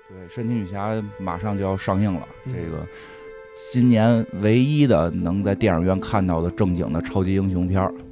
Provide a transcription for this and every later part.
对，神奇女侠马上就要上映了，这个今年唯一的能在电影院看到的正经的超级英雄片儿。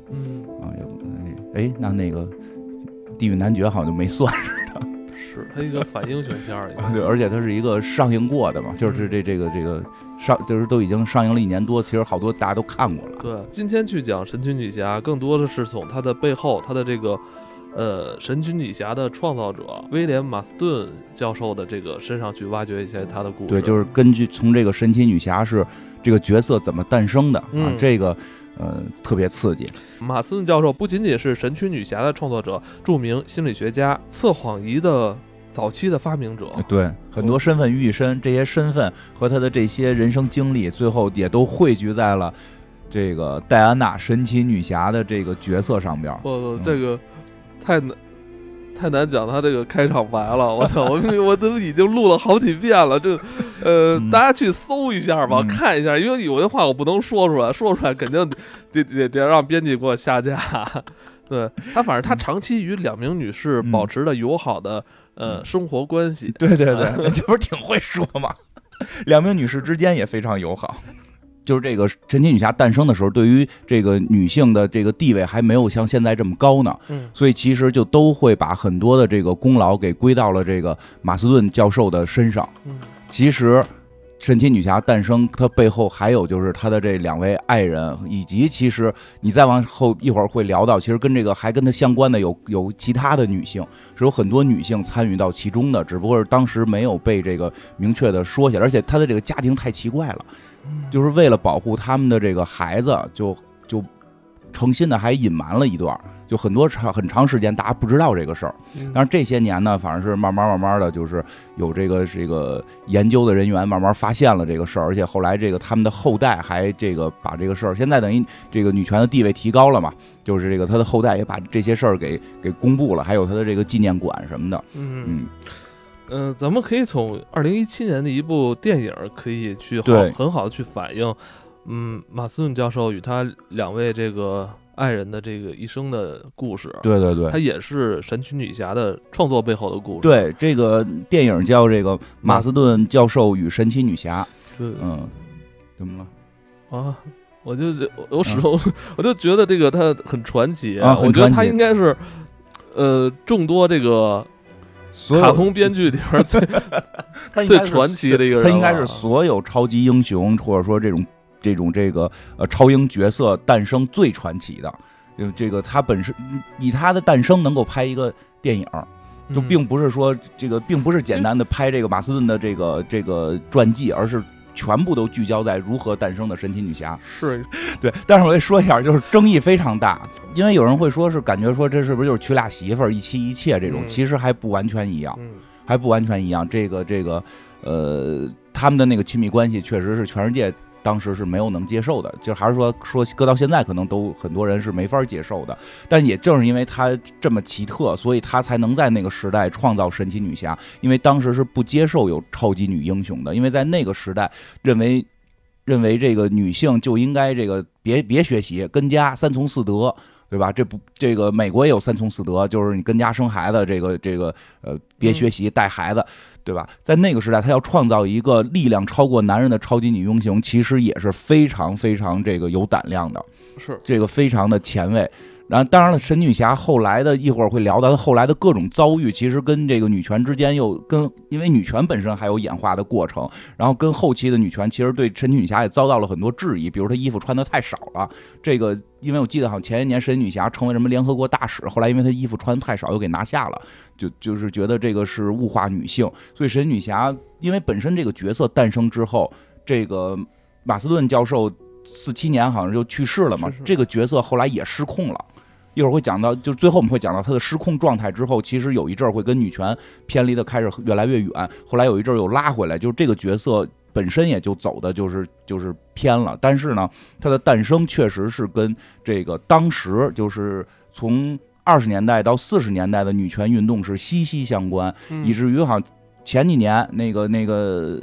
那个地狱男爵好像就没算似的。 是它一个反英雄片儿。 对，而且它是一个上映过的嘛，就是这个上，就是都已经上映了1年多，其实好多大家都看过了。 对，今天去讲神奇女侠，更多的是从它的背后，它的这个神奇女侠的创造者威廉·马斯顿教授的这个身上去挖掘一些他的故事。 对，就是根据从这个神奇女侠是这个角色怎么诞生的啊，这个特别刺激。 马斯顿教授不仅仅是神奇女侠的创作者，著名心理学家、测谎仪的早期的发明者。 对，很多身份于一身，这些身份和他的这些人生经历，最后也都汇聚在了这个戴安娜神奇女侠的这个角色上边。 这个太难讲他这个开场白了，我操！我都已经录了好几遍了，大家去搜一下吧，看一下，因为有些话我不能说出来，说出来肯定得让编辑给我下架。对他，反正他长期与2名女士保持着友好的生活关系。 对，这不是挺会说吗？2名女士之间也非常友好。就是这个神奇女侠诞生的时候，对于这个女性的这个地位还没有像现在这么高呢，所以其实就都会把很多的这个功劳给归到了这个马斯顿教授的身上。其实神奇女侠诞生，它背后还有就是她的这2位爱人，以及其实你再往后一会儿会聊到，其实跟这个还跟她相关的有其他的女性，是有很多女性参与到其中的，只不过是当时没有被这个明确的说起来，而且她的这个家庭太奇怪了。就是为了保护他们的这个孩子，就诚心的还隐瞒了一段，就很长时间大家不知道这个事儿。但是这些年呢，反正是慢慢的，就是有这个研究的人员慢慢发现了这个事儿，而且后来这个他们的后代还这个把这个事儿，现在等于这个女权的地位提高了嘛，就是这个他的后代也把这些事儿给公布了，还有他的这个纪念馆什么的。 咱们可以从2017年的一部电影可以去很好的去反映，马斯顿教授与他2位这个爱人的这个一生的故事。 对， 他也是神奇女侠的创作背后的故事。 对，这个电影叫这个马斯顿教授与神奇女侠。怎么了啊？ 我就觉得这个他很传奇啊，我觉得他应该是众多这个卡通编剧里边最传奇的一个人， 他应该是所有超级英雄或者说这种超英角色诞生最传奇的。这个他本身以他的诞生能够拍一个电影，就并不是说并不是简单的拍这个马斯顿的这个传记，而是全部都聚焦在如何诞生的神奇女侠。 是对，但是我得说一下，就是争议非常大，因为有人会说是感觉说这是不是就是娶俩媳妇儿一妻一妾这种，其实还不完全一样，这个他们的那个亲密关系确实是全世界当时是没有能接受的，就还是说搁到现在可能都很多人是没法接受的。但也正是因为他这么奇特，所以他才能在那个时代创造神奇女侠，因为当时是不接受有超级女英雄的，因为在那个时代认为这个女性就应该这个别学习，跟家3从4德，对吧？这个美国也有3从4德，就是你跟家生孩子，别学习带孩子，对吧？在那个时代，他要创造一个力量超过男人的超级女英雄，其实也是非常非常这个有胆量的， 是这个非常的前卫。然后，当然了，神奇女侠后来的一会儿会聊到她后来的各种遭遇，其实跟这个女权之间因为女权本身还有演化的过程，然后跟后期的女权其实对神奇女侠也遭到了很多质疑，比如她衣服穿的太少了。这个因为我记得好像前一年神奇女侠成为什么联合国大使，后来因为她衣服穿太少又给拿下了，就是觉得这个是物化女性，所以神奇女侠因为本身这个角色诞生之后，这个马斯顿教授47年好像就去世了嘛，这个角色后来也失控了。一会儿会讲到，就最后我们会讲到他的失控状态之后，其实有一阵儿会跟女权偏离的开始越来越远，后来有一阵儿又拉回来，就是这个角色本身也就走的就是偏了。但是呢，它的诞生确实是跟这个当时就是从20年代到40年代的女权运动是息息相关，以至于好像前几年那个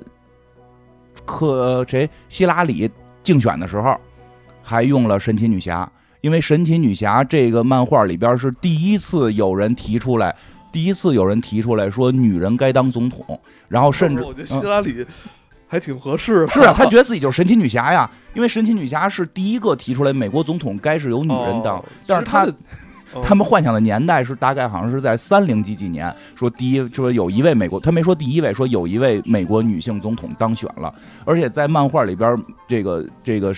希拉里竞选的时候还用了神奇女侠。因为神奇女侠这个漫画里边是第一次有人提出来第一次有人提出来说女人该当总统，然后甚至我觉得希拉里还挺合适。 是啊，他觉得自己就是神奇女侠呀，因为神奇女侠是第一个提出来美国总统该是由女人当，但是他们幻想的年代是大概好像是在30几年，说有一位美国，他没说第一位，说有一位美国女性总统当选了，而且在漫画里边，这个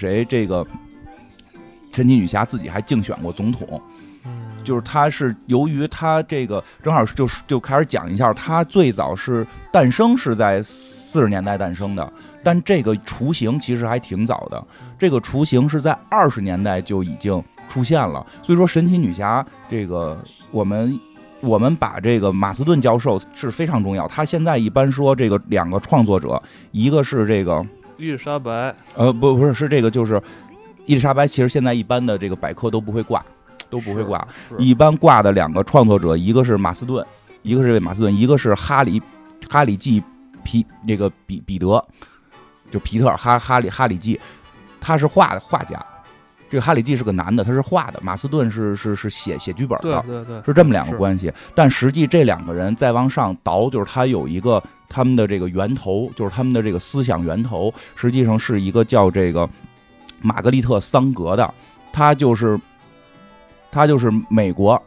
神奇女侠自己还竞选过总统。就是他是由于他这个正好就开始讲一下，他最早是诞生是在40年代诞生的，但这个雏形其实还挺早的，这个雏形是在20年代就已经出现了。所以说神奇女侠这个我们把这个马斯顿教授是非常重要，他现在一般说这个2个创作者，一个是这个伊丽莎白， 不是这个就是伊丽莎白，其实现在一般的这个百科都不会挂。一般挂的2个创作者，一个是马斯顿，一个是马斯顿，一个是哈里季彼得，就皮特哈里季，他是画家。这个哈里季是个男的，他是画的，马斯顿是写剧本的， 对， 是这么2个关系。但实际这2个人再往上倒，就是他有一个他们的这个源头，就是他们的这个思想源头，实际上是一个叫这个玛格丽特·桑格的，他就是美国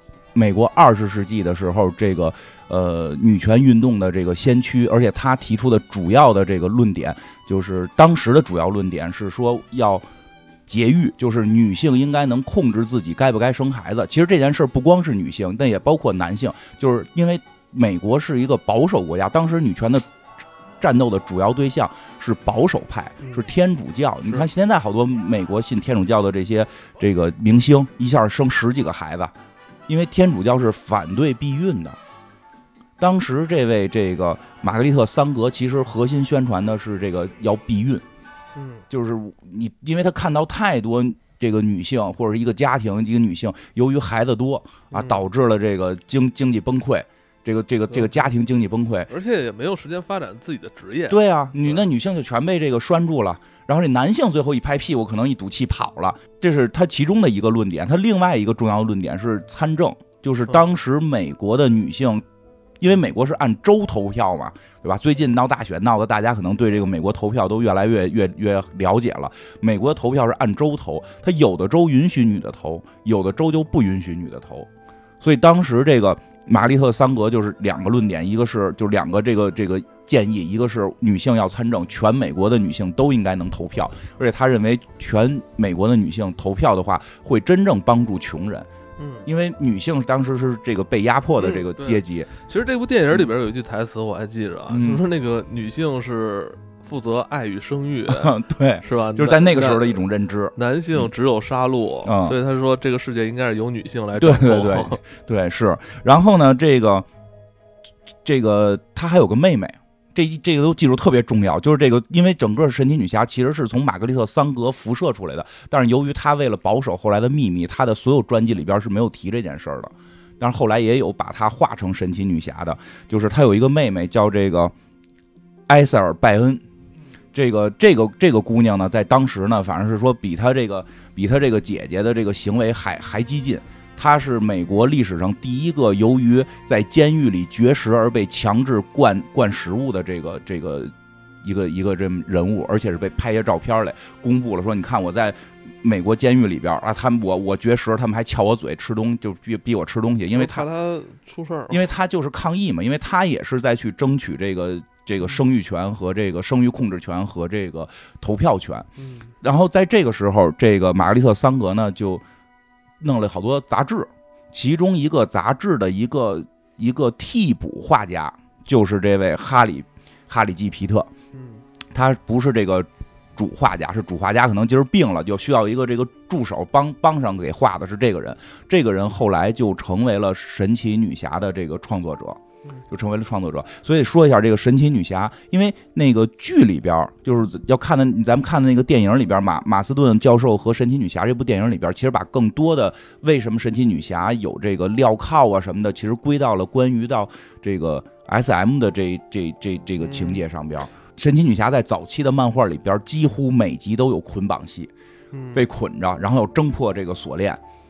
20世纪的时候这个女权运动的这个先驱，而且他提出的主要的这个论点，就是当时的主要论点是说要节育，就是女性应该能控制自己该不该生孩子。其实这件事不光是女性，但也包括男性，就是因为美国是一个保守国家，当时女权的战斗的主要对象是保守派，是天主教。你看现在好多美国信天主教的这个明星，一下生10几个孩子，因为天主教是反对避孕的。当时这位这个玛格丽特·桑格其实核心宣传的是这个要避孕，就是因为他看到太多这个女性或者一个家庭一个女性由于孩子多啊，导致了这个经济崩溃。这个家庭经济崩溃， 而且也没有时间发展自己的职业。 对啊，女性就全被这个拴住了，然后这男性最后一拍屁股，可能一赌气跑了。这是他其中的一个论点。他另外一个重要论点是参政，就是当时美国的女性，因为美国是按州投票嘛，对吧？最近闹大选闹的，大家可能对这个美国投票都越来越了解了。美国投票是按州投，他有的州允许女的投，有的州就不允许女的投。所以当时这个玛丽特·桑格就是2个论点，一个是就2个这个建议，一个是女性要参政，全美国的女性都应该能投票，而且他认为全美国的女性投票的话，会真正帮助穷人。因为女性当时是这个被压迫的这个阶级。 其实这部电影里边有一句台词我还记着啊，就是那个女性是负责爱与生育， 对， 是吧？ 就是在那个时候的一种认知， 男性只有杀戮，所以他说这个世界应该是由女性来掌控。 对是。然后呢，这个他还有个妹妹，这个都记住特别重要，就是这个，因为整个神奇女侠其实是从玛格丽特·桑格辐射出来的，但是由于她为了保守后来的秘密，她的所有传记里边是没有提这件事儿的。但是后来也有把她画成神奇女侠的，就是她有一个妹妹叫这个埃塞尔·拜恩。这个姑娘呢，在当时呢，反正是说比她这个姐姐的这个行为还激进。她是美国历史上第一个由于在监狱里绝食而被强制灌食物的这个一个这人物，而且是被拍些照片来公布了，说你看我在美国监狱里边啊，我绝食，他们还撬我嘴吃东，就逼我吃东西，因为他出事儿， 因为他就是抗议嘛，因为他也是在去争取这个生育权和这个生育控制权和这个投票权。然后在这个时候，这个玛格丽特·桑格呢就弄了好多杂志，其中一个杂志的一个替补画家就是这位哈里季皮特。他不是这个主画家，是主画家可能今儿病了，就需要一个这个助手帮上给画的是这个人。这个人后来就成为了神奇女侠的这个创作者。所以说一下这个神奇女侠，因为那个剧里边就是要看的，咱们看的那个电影里边，马斯顿教授和神奇女侠这部电影里边，其实把更多的为什么神奇女侠有这个镣铐啊什么的，其实归到了关于到这个 SM 的这个情节上边。神奇女侠在早期的漫画里边，几乎每集都有捆绑戏，被捆着，然后要挣破这个锁链。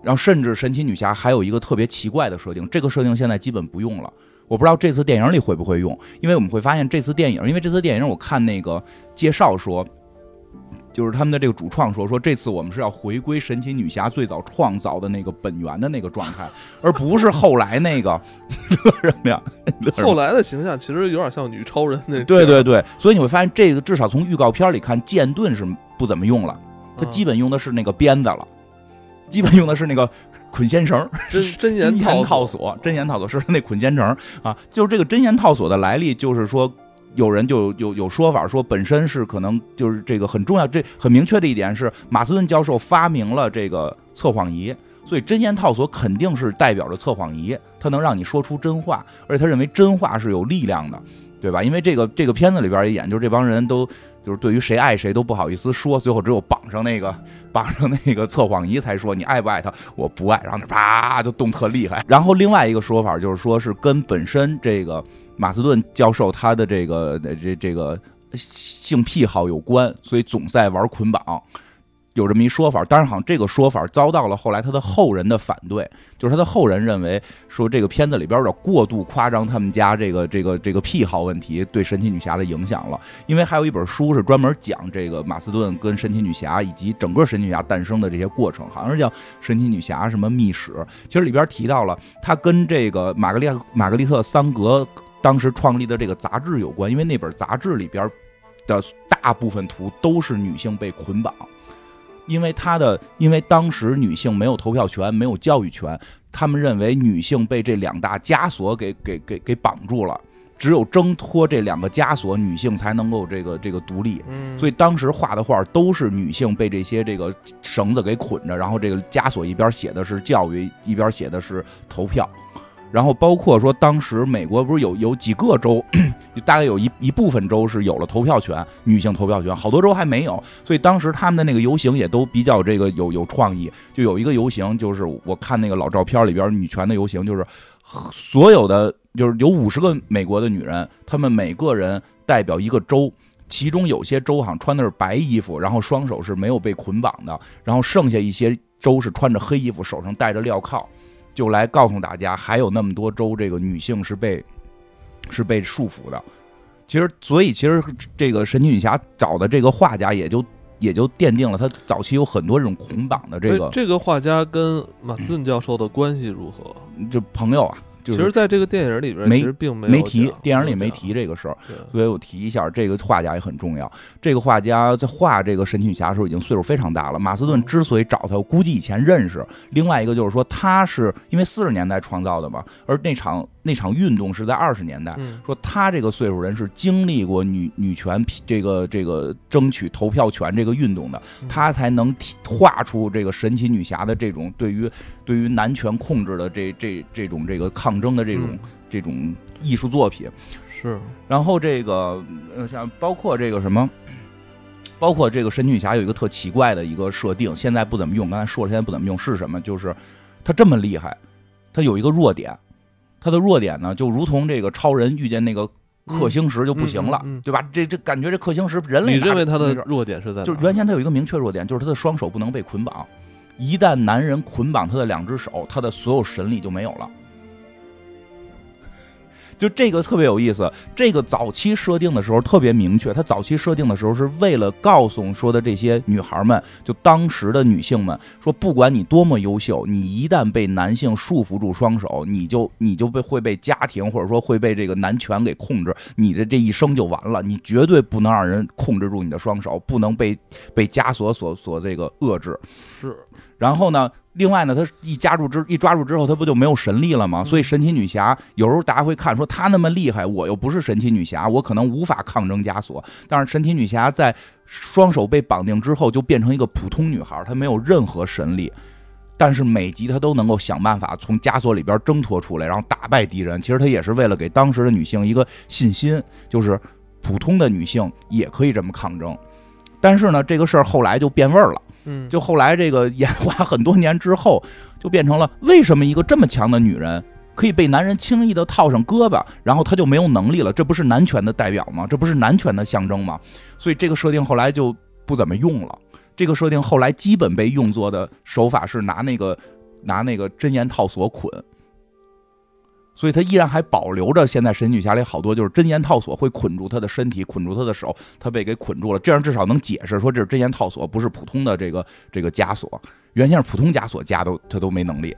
然后甚至神奇女侠还有一个特别奇怪的设定，这个设定现在基本不用了。我不知道这次电影里会不会用，因为我们会发现这次电影，因为这次电影我看那个介绍说，就是他们的这个主创说这次我们是要回归神奇女侠最早创造的那个本源的那个状态，而不是后来那个乐什么呀？ 后来的形象其实有点像女超人那种。 对对对，所以你会发现这个至少从预告片里看，剑盾是不怎么用了，他基本用的是那个鞭子了，基本用的是那个捆仙绳， 真言套索，真言套索是那捆仙绳啊，就是这个真言套索的来历，就是说有人就有说法说，本身是可能就是这个很重要，这很明确的一点是马斯顿教授发明了这个测谎仪，所以真言套索肯定是代表着测谎仪，它能让你说出真话，而且他认为真话是有力量的，对吧？因为这个片子里边也演，就是这帮人都就是对于谁爱谁都不好意思说，最后只有绑上那个测谎仪才说你爱不爱他，我不爱，然后啪就动特厉害。然后另外一个说法就是说是跟本身这个马斯顿教授他的这个性癖好有关，所以总在玩捆绑。有这么一说法，当然好像这个说法遭到了后来他的后人的反对，就是他的后人认为说这个片子里边有点过度夸张他们家这个癖好问题对神奇女侠的影响了。因为还有一本书是专门讲这个马斯顿跟神奇女侠以及整个神奇女侠诞生的这些过程，好像是叫神奇女侠什么秘史，其实里边提到了他跟这个玛格丽特桑格当时创立的这个杂志有关，因为那本杂志里边的大部分图都是女性被捆绑。因为当时女性没有投票权，没有教育权，他们认为女性被这两大枷锁给绑住了，只有挣脱这两个枷锁，女性才能够这个独立。所以当时画的画都是女性被这些这个绳子给捆着，然后这个枷锁一边写的是教育，一边写的是投票。然后包括说当时美国不是有几个州，大概有一部分州是有了投票权，女性投票权，好多州还没有，所以当时他们的那个游行也都比较这个有创意。就有一个游行，就是我看那个老照片里边女权的游行，就是所有的就是有50个美国的女人，她们每个人代表一个州，其中有些州好像穿的是白衣服，然后双手是没有被捆绑的，然后剩下一些州是穿着黑衣服，手上戴着镣铐，就来告诉大家还有那么多州这个女性是被束缚的。所以其实这个神奇女侠找的这个画家也就奠定了他早期有很多这种捆绑的这个画家跟马斯顿教授的关系如何？ 就朋友啊。其实在这个电影里边其实并没提，电影里没提这个事儿，所以我提一下，这个画家也很重要。这个画家在画这个神奇女侠的时候已经岁数非常大了。马斯顿之所以找他，我估计以前认识。另外一个就是说，他是因为40年代创造的嘛，而那场运动是在20年代。说他这个岁数人是经历过女权这个争取投票权这个运动的，他才能画出这个神奇女侠的这种对于男权控制的这种这个抗争的这种艺术作品。 是。 然后这个像包括这个神奇女侠有一个特奇怪的一个设定，现在不怎么用，刚才说了现在不怎么用，是什么？就是他这么厉害，他有一个弱点，他的弱点呢就如同这个超人遇见那个氪星石就不行了，对吧？这感觉这氪星石人类， 你认为他的弱点是在哪？ 就是原先他有一个明确弱点，就是他的双手不能被捆绑，一旦男人捆绑他的2只手，他的所有神力就没有了。就这个特别有意思，这个早期设定的时候特别明确，他早期设定的时候是为了告诉说的这些女孩们，就当时的女性们说，不管你多么优秀，你一旦被男性束缚住双手，你就会被家庭或者说会被这个男权给控制，你的这一生就完了，你绝对不能让人控制住你的双手，不能被枷锁所这个遏制。 是。 然后呢，另外呢，他一抓住之后，他不就没有神力了吗？所以神奇女侠有时候大家会看说她那么厉害，我又不是神奇女侠，我可能无法抗争枷锁。但是神奇女侠在双手被绑定之后，就变成一个普通女孩，她没有任何神力，但是每集她都能够想办法从枷锁里边挣脱出来，然后打败敌人。其实她也是为了给当时的女性一个信心，就是普通的女性也可以这么抗争。但是呢，这个事儿后来就变味儿了。就后来这个演化很多年之后，就变成了为什么一个这么强的女人可以被男人轻易的套上胳膊，然后她就没有能力了？这不是男权的代表吗？这不是男权的象征吗？所以这个设定后来就不怎么用了。这个设定后来基本被用作的手法是拿那个拿那个针眼套索捆。所以他依然还保留着现在神奇女侠里好多就是针眼套索会捆住他的身体，捆住他的手，他被给捆住了，这样至少能解释说这是针眼套索，不是普通的这个枷锁。原先是普通枷锁枷他都没能力。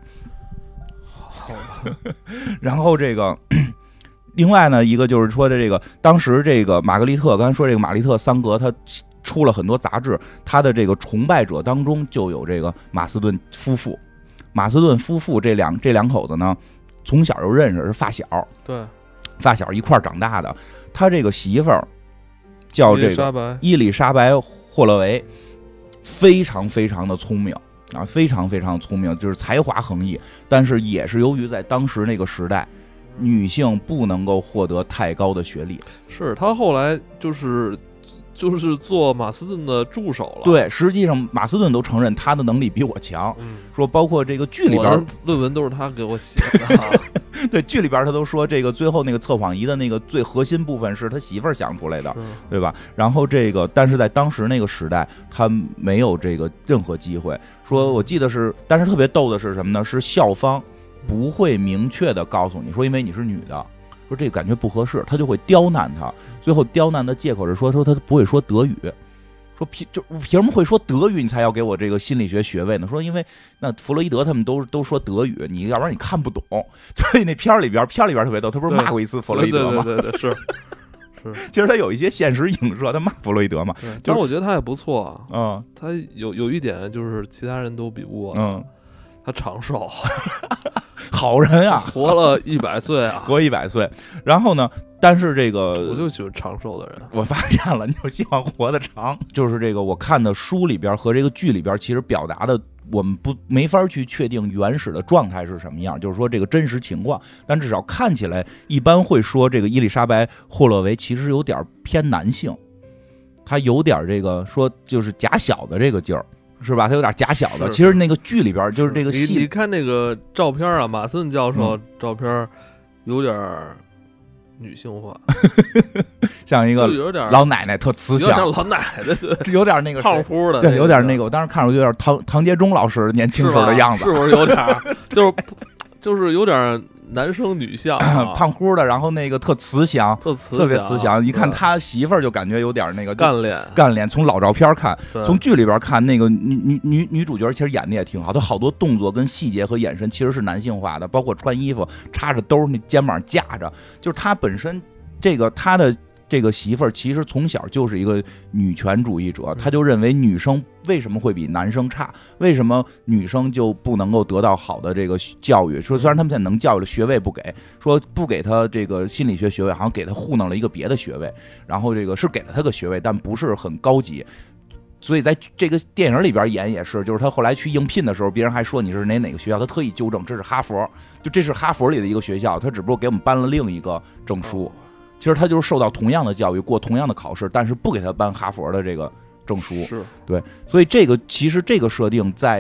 然后这个另外呢，一个就是说的这个当时这个玛格丽特，刚才说这个玛丽特桑格，他出了很多杂志，他的这个崇拜者当中就有这个马斯顿夫妇。马斯顿夫妇这两口子呢，从小就认识，是发小， 对， 发小一块长大的。他这个媳妇儿叫这个伊丽莎白·霍勒维，非常非常的聪明啊，非常非常聪明，就是才华横溢。但是也是由于在当时那个时代，女性不能够获得太高的学历。 是他后来就是做马斯顿的助手了。 对，实际上马斯顿都承认他的能力比我强，说包括这个剧里边论文都是他给我写的。 对，剧里边他都说这个最后那个测谎仪的那个最核心部分是他媳妇儿想出来的，对吧？然后这个但是在当时那个时代，他没有这个任何机会。说我记得是，但是特别逗的是什么呢？是校方不会明确的告诉你说，因为你是女的。说这个感觉不合适，他就会刁难他。最后刁难的借口是说他不会说德语，说凭什么会说德语你才要给我这个心理学学位呢？说因为那弗洛伊德他们都说德语，你要不然你看不懂。所以那片里边特别逗，他不是骂过一次弗洛伊德吗？ 对，是。 其实他有一些现实影射，他骂弗洛伊德嘛。 但我觉得他也不错啊。他有一点就是其他人都比不过。他长寿。 好人啊， 活了100岁啊， 活100岁。然后呢，但是这个我就喜欢长寿的人。 我发现了，你就希望活得长。就是这个我看的书里边和这个剧里边，其实表达的我们没法去确定原始的状态是什么样，就是说这个真实情况。但至少看起来，一般会说这个伊丽莎白·霍勒维其实有点偏男性，他有点这个说就是假小的这个劲儿。是吧？他有点假小的。其实那个剧里边就是这个戏， 你看那个照片啊，马斯顿教授照片有点女性化， 像一个老奶奶，特慈祥， 有点老奶奶，对， 有点那个胖乎的， 对，有点那个。我当时看着有点唐杰忠老师年轻时候的样子， 是不是有点？就是有点男生女相， 胖乎的，然后那个特慈祥，特别慈祥。一看他媳妇儿就感觉有点那个干练。从老照片看，从剧里边看，那个女主角其实演的也挺好，她好多动作跟细节和眼神其实是男性化的，包括穿衣服插着兜，那肩膀架着，就是她本身她的这个媳妇儿其实从小就是一个女权主义者，她就认为女生为什么会比男生差？为什么女生就不能够得到好的这个教育？说虽然他们现在能教育了，学位不给，说不给她这个心理学学位，好像给她糊弄了一个别的学位，然后这个是给了她个学位，但不是很高级。所以在这个电影里边演也是，就是他后来去应聘的时候，别人还说你是哪个学校，他特意纠正这是哈佛，就这是哈佛里的一个学校，他只不过给我们颁了另一个证书。其实他就是受到同样的教育，过同样的考试，但是不给他颁哈佛的这个证书。 是对，所以其实这个设定在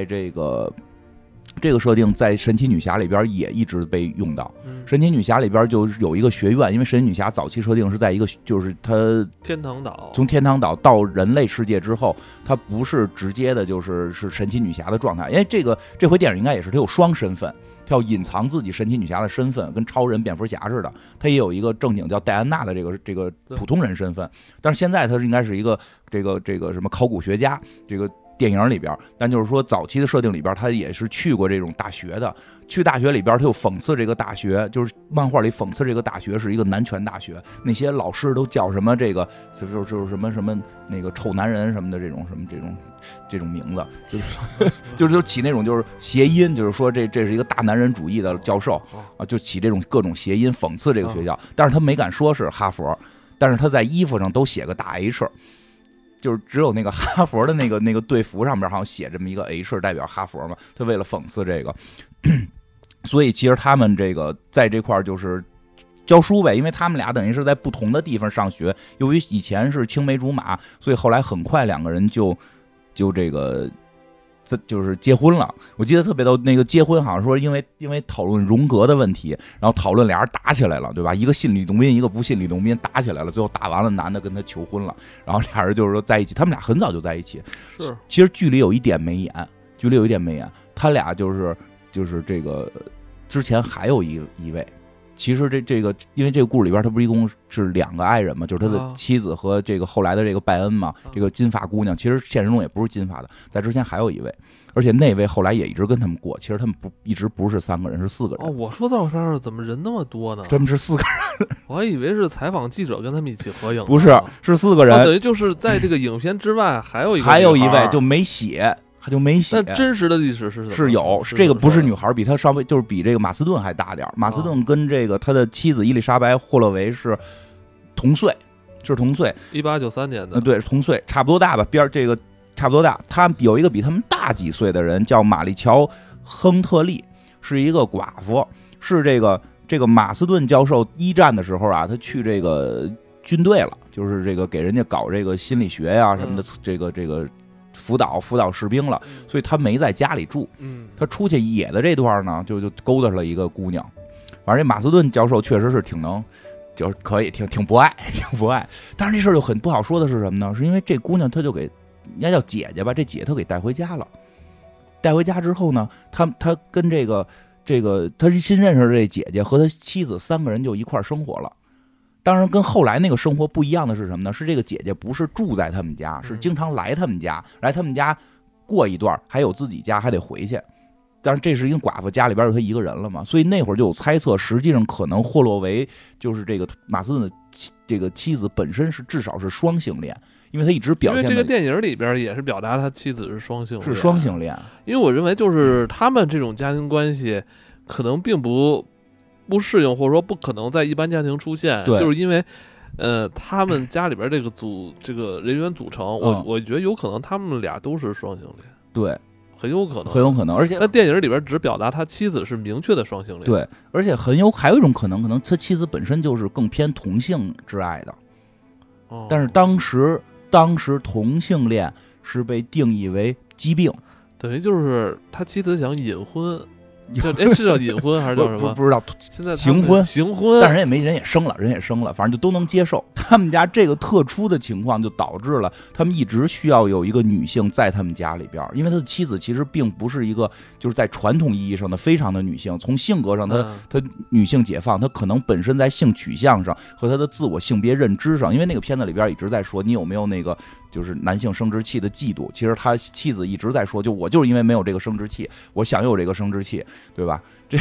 神奇女侠里边也一直被用到。神奇女侠里边就有一个学院，因为神奇女侠早期设定是在一个就是她天堂岛， 从天堂岛到人类世界之后，她不是直接的是神奇女侠的状态，因为这回电影应该也是她有双身份。她要隐藏自己神奇女侠的身份，跟超人、蝙蝠侠似的。她也有一个正经叫戴安娜的这个普通人身份，但是现在她应该是一个这个什么考古学家，这个电影里边。但就是说早期的设定里边，她也是去过这种大学的。去大学里边，她又讽刺这个大学，就是漫画里讽刺这个大学是一个男权大学，那些老师都叫什么这个就是什么那个臭男人什么的这种名字，就起那种就是谐音，就是说这是一个大男人主义的教授啊，就起这种各种谐音讽刺这个学校。但是他没敢说是哈佛，但是他在衣服上都写个大 H。就是只有那个哈佛的那个队服上面好像写这么一个 H 代表哈佛嘛，他为了讽刺这个，所以其实他们这个在这块就是教书呗，因为他们俩等于是在不同的地方上学，由于以前是青梅竹马，所以后来很快两个人就这个就是结婚了。我记得特别逗，那个结婚好像说因为讨论荣格的问题，然后讨论俩人打起来了，对吧？一个信吕洞宾，一个不信吕洞宾，打起来了，最后打完了，男的跟他求婚了，然后俩人就是说在一起，他们俩很早就在一起。 是， 其实剧里有一点没演，他俩就是就是这个之前还有一位。其实这个，因为这个故事里边，他不是一共是2个爱人嘛，就是他的妻子和这个后来的这个拜恩嘛，这个金发姑娘，其实现实中也不是金发的，在之前还有一位，而且那位后来也一直跟他们过，其实他们一直不是3个人，是4个人。 哦，我说照片上怎么人那么多呢？ 他们是4个人， 我还以为是采访记者跟他们一起合影， 不是，是4个人， 等于就是在这个影片之外还有一位就没写。他就没写。 那真实的历史是有，这个不是女孩，比他稍微就是比这个马斯顿还大点。马斯顿跟这个他的妻子伊丽莎白·霍洛维是同岁 ，1893年的， 对，同岁，差不多大吧，这个差不多大。他有一个比他们大几岁的人，叫玛丽乔·亨特利，是一个寡妇，是这个马斯顿教授1战的时候啊，他去这个军队了，就是这个给人家搞这个心理学呀什么的，这个。辅导士兵了，所以他没在家里住。他出去野的这段呢，就勾搭了一个姑娘。反正这马斯顿教授确实是挺能，就是可以挺不爱。但是这事儿就很不好说的是什么呢？是因为这姑娘她就给人家叫姐姐吧，这姐她给带回家了。带回家之后呢，他跟这个他新认识的这姐姐和他妻子3个人就一块生活了。当然，跟后来那个生活不一样的是什么呢？是这个姐姐不是住在他们家，是经常来他们家，过一段，还有自己家还得回去。但是这是一个寡妇，家里边有她一个人了嘛，所以那会儿就有猜测，实际上可能霍洛维就是这个马斯顿的这个妻子本身是至少是双性恋，因为他一直表现。因为这个电影里边也是表达他妻子是双性恋，因为我认为就是他们这种家庭关系可能并不适应，或者说不可能在一般家庭出现，就是因为，他们家里边这个人员组成，我觉得有可能他们俩都是双性恋， 对， 很有可能， 而且在电影里边只表达他妻子是明确的双性恋， 对，而且还有一种可能他妻子本身就是更偏同性之爱的，但是当时同性恋是被定义为疾病， 等于就是他妻子想隐婚。是叫隐婚还是叫什么？ 不知道。 现在行婚， 但是人也生了，反正就都能接受。他们家这个特殊的情况就导致了他们一直需要有一个女性在他们家里边，因为他的妻子其实并不是一个就是在传统意义上的非常的女性，从性格上她女性解放，她可能本身在性取向上和她的自我性别认知上，因为那个片子里边一直在说你有没有那个就是男性生殖器的嫉妒，其实他妻子一直在说，就我就是因为没有这个生殖器，我想有这个生殖器。对吧？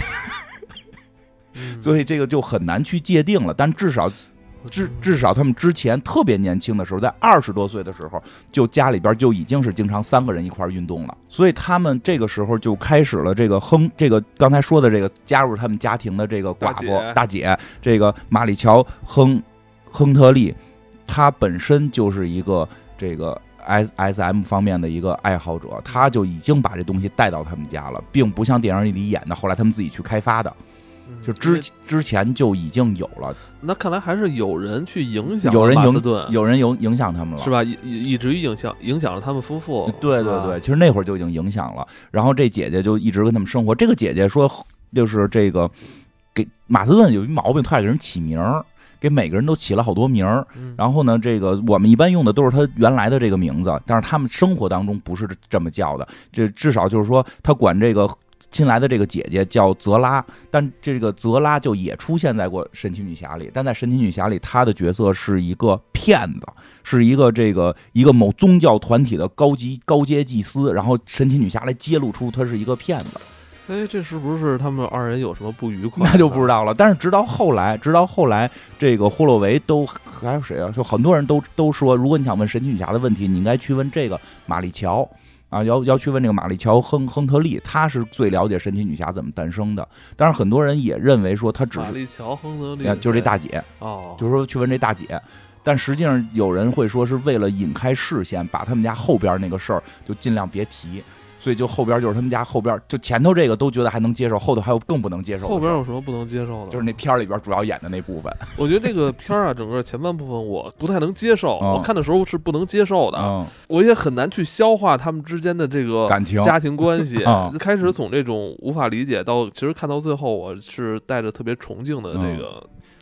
所以这个就很难去界定了。但至少他们之前特别年轻的时候，在20多岁的时候，就家里边就已经是经常3个人一块运动了。所以他们这个时候就开始了这个刚才说的这个加入他们家庭的这个寡妇大姐，这个马里乔亨特利，她本身就是一个这个。SM 方面的一个爱好者，他就已经把这东西带到他们家了，并不像电影里演的，后来他们自己去开发的，就之前就已经有了。 那看来还是有人去影响马斯顿， 有人影响他们了， 是吧？以至于影响了他们夫妇。 对，其实那会儿就已经影响了。然后这姐姐就一直跟他们生活。这个姐姐说，就是这个给马斯顿有一毛病，他给人起名儿。给每个人都起了好多名儿，然后呢，这个我们一般用的都是他原来的这个名字，但是他们生活当中不是这么叫的。这至少就是说，他管这个新来的这个姐姐叫泽拉，但这个泽拉就也出现在过《神奇女侠》里，但在《神奇女侠》里，她的角色是一个骗子，是一个某宗教团体的高阶祭司，然后神奇女侠来揭露出她是一个骗子。 哎，这是不是他们2人有什么不愉快？ 那就不知道了。但是直到后来，这个霍洛维还有谁啊？就很多人都说，如果你想问神奇女侠的问题，你应该去问这个玛丽乔啊，要去问这个玛丽乔亨特利，她是最了解神奇女侠怎么诞生的。当然，很多人也认为说她只是玛丽乔亨特利， 就是这大姐就是说去问这大姐。但实际上有人会说是为了引开视线，把他们家后边那个事儿就尽量别提。所以就后边就是他们家后边，就前头这个都觉得还能接受，后头还有更不能接受的。 后边有什么不能接受的？ 就是那片里边主要演的那部分。 我觉得这个片啊，整个前半部分我不太能接受，我看的时候是不能接受的，我也很难去消化他们之间的这个感情、 家庭关系。开始从这种无法理解到，其实看到最后，我是带着特别崇敬的这个。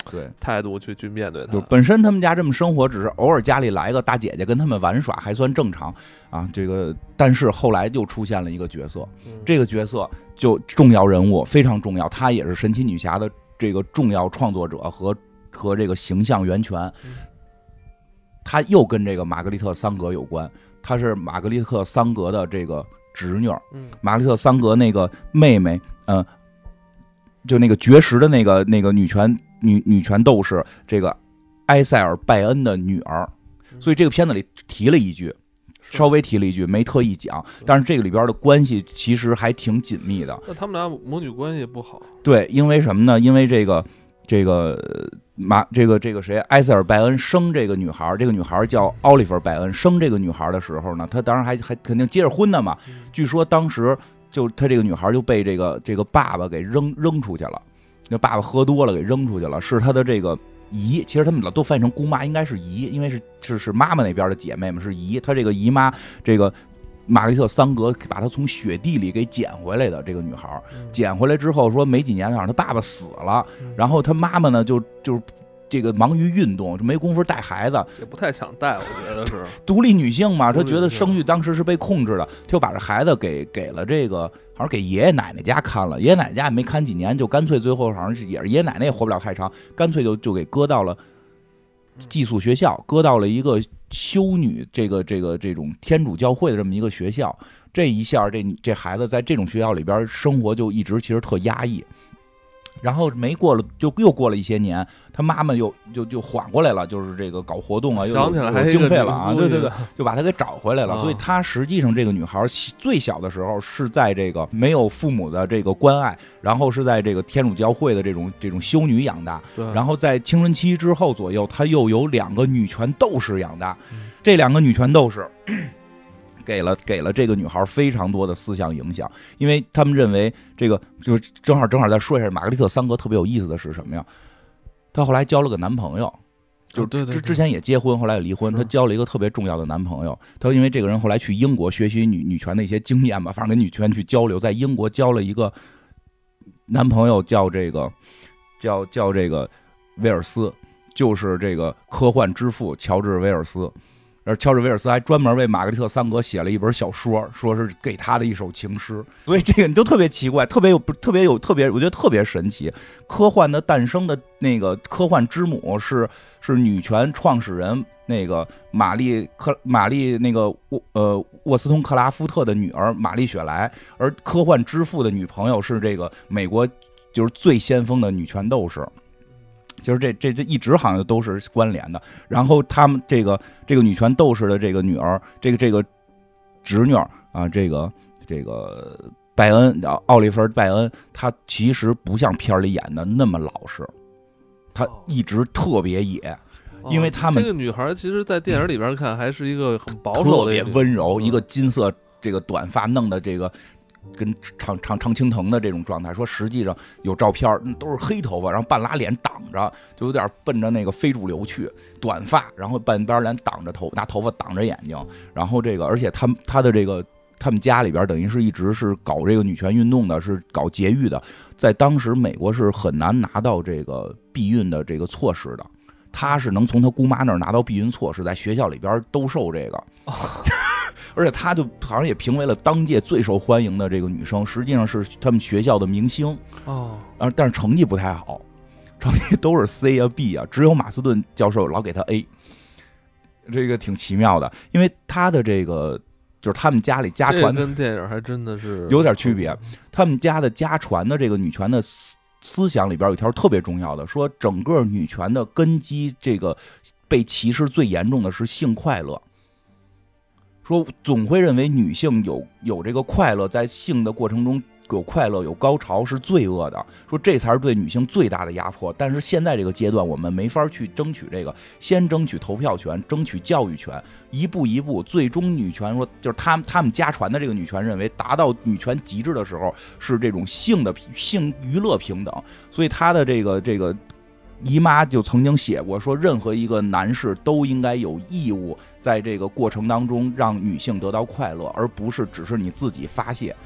对态度去面对他。 就本身他们家这么生活，只是偶尔家里来个大姐姐跟他们玩耍，还算正常啊。这个，但是后来就出现了一个角色，这个角色就重要人物，非常重要，他也是神奇女侠的这个重要创作者和这个形象源泉。他又跟这个玛格丽特·桑格有关，他是玛格丽特·桑格的这个侄女，玛格丽特·桑格那个妹妹，就那个绝食的那个女权斗士，这个埃塞尔·拜恩的女儿。所以这个片子里提了一句，稍微提了一句，没特意讲，但是这个里边的关系其实还挺紧密的。 那他们俩母女关系不好。 对，因为什么呢？因为这个谁，埃塞尔·拜恩生这个女孩，这个女孩叫奥利弗·拜恩。生这个女孩的时候呢，她当然还肯定结着婚的嘛。据说当时就她这个女孩就被这个爸爸给扔出去了，那爸爸喝多了给扔出去了，是她的这个姨。其实他们都翻译成姑妈，应该是姨，因为是妈妈那边的姐妹嘛，是姨。她这个姨妈这个玛格丽特·桑格把她从雪地里给捡回来的这个女孩，捡回来之后说没几年让她爸爸死了，然后她妈妈呢就是这个忙于运动，就没工夫带孩子， 也不太想带，我觉得是独立女性嘛，她觉得生育当时是被控制的，就把这孩子给了这个，好像给爷爷奶奶家看了，爷爷奶奶家也没看几年，就干脆最后好像是也是爷爷奶奶也活不了太长，干脆就给搁到了寄宿学校，搁到了一个修女这种天主教会的这么一个学校。这一下这孩子在这种学校里边生活就一直其实特压抑。然后没过了，就又过了一些年，他妈妈又缓过来了，就是这个搞活动啊，又有经费了啊，对，就把他给找回来了。所以他实际上这个女孩最小的时候是在这个没有父母的这个关爱，然后是在这个天主教会的这种修女养大，然后在青春期之后左右，她又有2个女权斗士养大，这2个女权斗士。给了这个女孩非常多的思想影响，因为他们认为这个就正好再说一下，玛格丽特·桑格特别有意思的是什么呀？她后来交了个男朋友，就之前也结婚，后来也离婚。她交了一个特别重要的男朋友，她因为这个人后来去英国学习女权的一些经验吧，反正跟女权去交流，在英国交了一个男朋友，叫这个威尔斯，就是这个科幻之父乔治·威尔斯。而乔治·威尔斯还专门为玛格丽特·桑格写了一本小说，说是给他的一首情诗。所以这个你都特别奇怪，特别，我觉得特别神奇。科幻的诞生的那个科幻之母是女权创始人那个玛丽那个沃斯通克拉夫特的女儿玛丽雪莱，而科幻之父的女朋友是这个美国就是最先锋的女权斗士。就是这一直好像都是关联的。然后他们这个女权斗士的这个女儿，这个侄女啊，这个拜恩奥利弗·拜恩，她其实不像片里演的那么老实，她一直特别野。因为他们这个女孩其实在电影里边看还是一个很保守的，特别温柔，一个金色这个短发弄的这个跟常青藤的这种状态。说实际上有照片都是黑头发，然后半拉脸挡着，就有点奔着那个非主流去，短发，然后半边脸挡着拿头发挡着眼睛。然后这个而且他的这个他们家里边等于是一直是搞这个女权运动的，是搞节育的。在当时美国是很难拿到这个避孕的这个措施的，他是能从他姑妈那儿拿到避孕措施，在学校里边兜售这个。而且她就好像也评为了当届最受欢迎的这个女生，实际上是他们学校的明星但是成绩不太好，成绩都是 C 啊 B 啊，只有马斯顿教授老给她 A， 这个挺奇妙的。因为她的这个就是他们家里家传， 跟电影还真的是有点区别。他们家的家传的这个女权的思想里边有一条特别重要的，说整个女权的根基，这个被歧视最严重的是性快乐。说总会认为女性有这个快乐，在性的过程中有快乐有高潮是罪恶的，说这才是对女性最大的压迫。但是现在这个阶段我们没法去争取这个，先争取投票权，争取教育权，一步一步，最终女权说就是他们家传的这个女权认为达到女权极致的时候是这种性娱乐平等。所以他的这个姨妈就曾经写过，说任何一个男士都应该有义务在这个过程当中让女性得到快乐，而不是只是你自己发泄。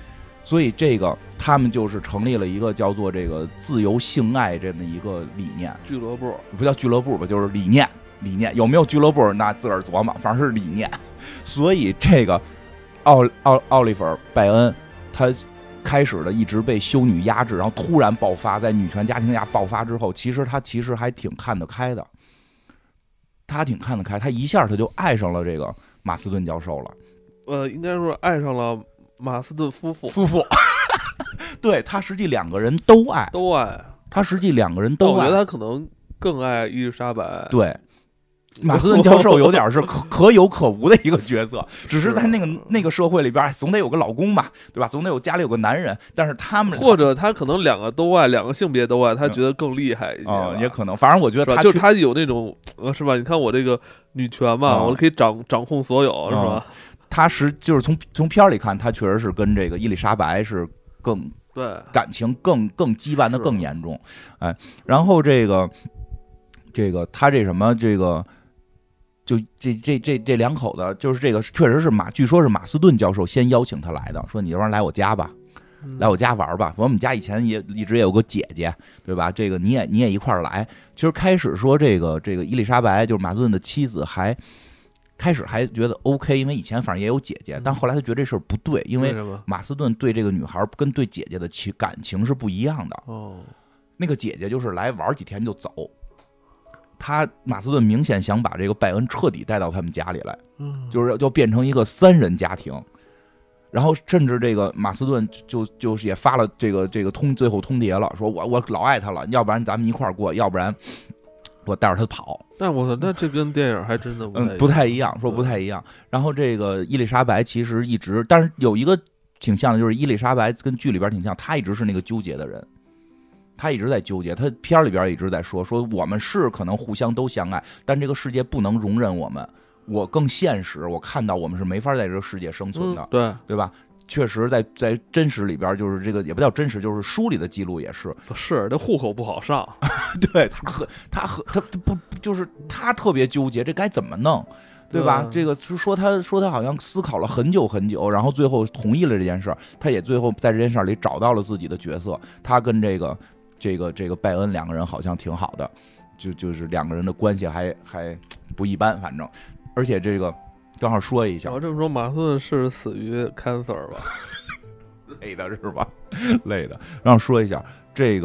所以这个他们就是成立了一个叫做这个自由性爱这么一个理念俱乐部， 不叫俱乐部吧，就是理念有没有俱乐部那自个儿琢磨，反正是理念。所以这个奥利弗·拜恩他开始的一直被修女压制，然后突然爆发，在女权家庭下爆发之后，其实还挺看得开的，他一下他就爱上了这个马斯顿教授了。 应该说爱上了马斯顿夫妇。 对，他实际两个人都爱，他实际两个人都爱。 我觉得他可能更爱伊丽莎白。 对，马斯顿教授有点是可有可无的一个角色，只是在那个社会里边，总得有个老公吧，对吧？总得有家里有个男人。但是他们或者他可能两个都爱，两个性别都爱，他觉得更厉害一些。 也可能，反正我觉得就是他有那种是吧？你看我这个女权嘛，我可以掌控所有，是吧？ 他就是从片里看，他确实是跟这个伊丽莎白是更对感情更羁绊的更严重。哎，然后这个他这什么这个。就这两口子，就是这个确实是据说是马斯顿教授先邀请他来的，说你要不然来我家吧，来我家玩吧。我们家以前也一直也有个姐姐，对吧？这个你也一块儿来。其实开始说这个伊丽莎白就是马斯顿的妻子，开始还觉得 OK， 因为以前反正也有姐姐，但后来他觉得这事儿不对，因为马斯顿对这个女孩跟对姐姐的感情是不一样的。那个姐姐就是来玩几天就走。马斯顿明显想把这个拜恩彻底带到他们家里来，就是要变成一个3人家庭，然后甚至这个马斯顿就是也发了这个最后通牒了，说我老爱他了，要不然咱们一块儿过，要不然我带着他跑。 那这跟电影还真的不太一样，说不太一样。然后这个伊丽莎白其实一直，但是有一个挺像的，就是伊丽莎白跟剧里边挺像，她一直是那个纠结的人。他一直在纠结，他片里边一直在说我们是可能互相都相爱，但这个世界不能容忍我们，我更现实，我看到我们是没法在这个世界生存的，对吧？确实在真实里边，就是这个也不叫真实，就是书里的记录也是这户口不好上。 对，他不就是他特别纠结，这该怎么弄，对吧？这个说他好像思考了很久很久，然后最后同意了这件事，他也最后在这件事里找到了自己的角色，他跟这个拜恩两个人好像挺好的，就是两个人的关系还不一般，反正，而且这个正好说一下， 我这么说，马斯顿是死于 cancer 吧？ 累的是吧？累的。然后说一下这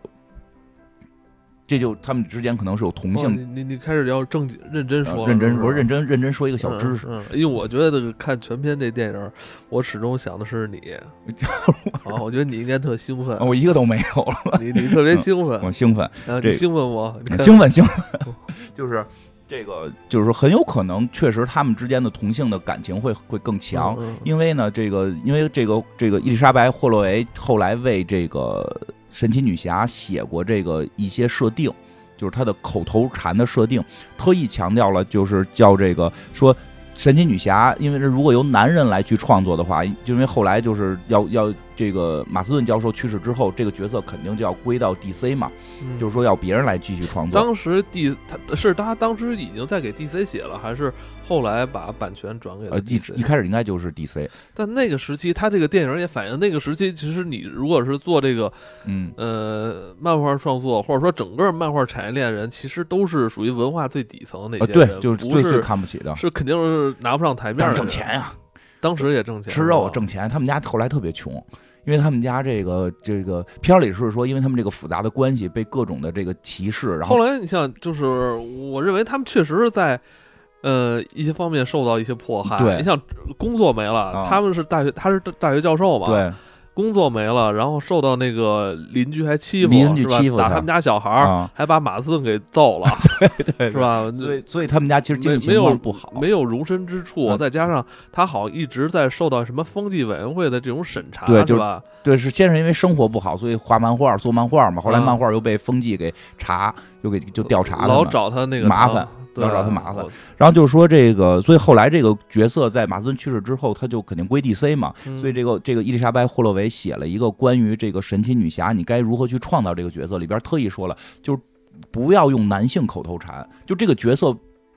就他们之间可能是有同性。 你开始要认真说， 我认真说一个小知识。 因为我觉得看全片这电影，我始终想的是你。我觉得你应该特兴奋。 我一个都没有了。 你特别兴奋。 我兴奋。 你兴奋吗？ 兴奋。就是这个，就是说很有可能，确实他们之间的同性的感情会更强，因为呢，这个伊丽莎白·霍洛维后来为这个神奇女侠写过这个一些设定，就是她的口头禅的设定，特意强调了，就是叫这个说神奇女侠，因为如果由男人来去创作的话，就因为后来就是要这个马斯顿教授去世之后，这个角色肯定就要归到 DC 嘛，就是说要别人来继续创作。 当时他当时已经在给 DC 写了，还是后来把版权转给了 DC？ 一开始应该就是 DC。 但那个时期，他这个电影也反映那个时期，其实你如果是做这个漫画创作，或者说整个漫画产业链人，其实都是属于文化最底层的那些人， 对，就是最看不起的， 是肯定是拿不上台面的。 挣钱呀， 当时也挣钱， 吃肉挣钱。他们家后来特别穷，因为他们家这个片里是说，因为他们这个复杂的关系被各种的这个歧视，然后后来你像就是我认为他们确实是在一些方面受到一些迫害。 对， 你像工作没了，他是大学教授嘛， 对。 工作没了，然后受到那个邻居还欺负，打他们家小孩，还把马斯顿给揍了， 对， 是吧？ 所以他们家其实经济情况不好， 没有容身之处，再加上他好一直在受到什么风纪委员会的这种审查， 对， 是吧？ 对，是先是因为生活不好，所以画漫画做漫画嘛，后来漫画又被风纪给查，就调查了， 老找他那个麻烦。要找他麻烦，然后就是说这个，所以后来这个角色在马斯顿去世之后，他就肯定归 DC 嘛，所以这个伊丽莎白·霍洛维写了一个关于这个神奇女侠你该如何去创造这个角色，里边特意说了，就是不要用男性口头禅，就这个角色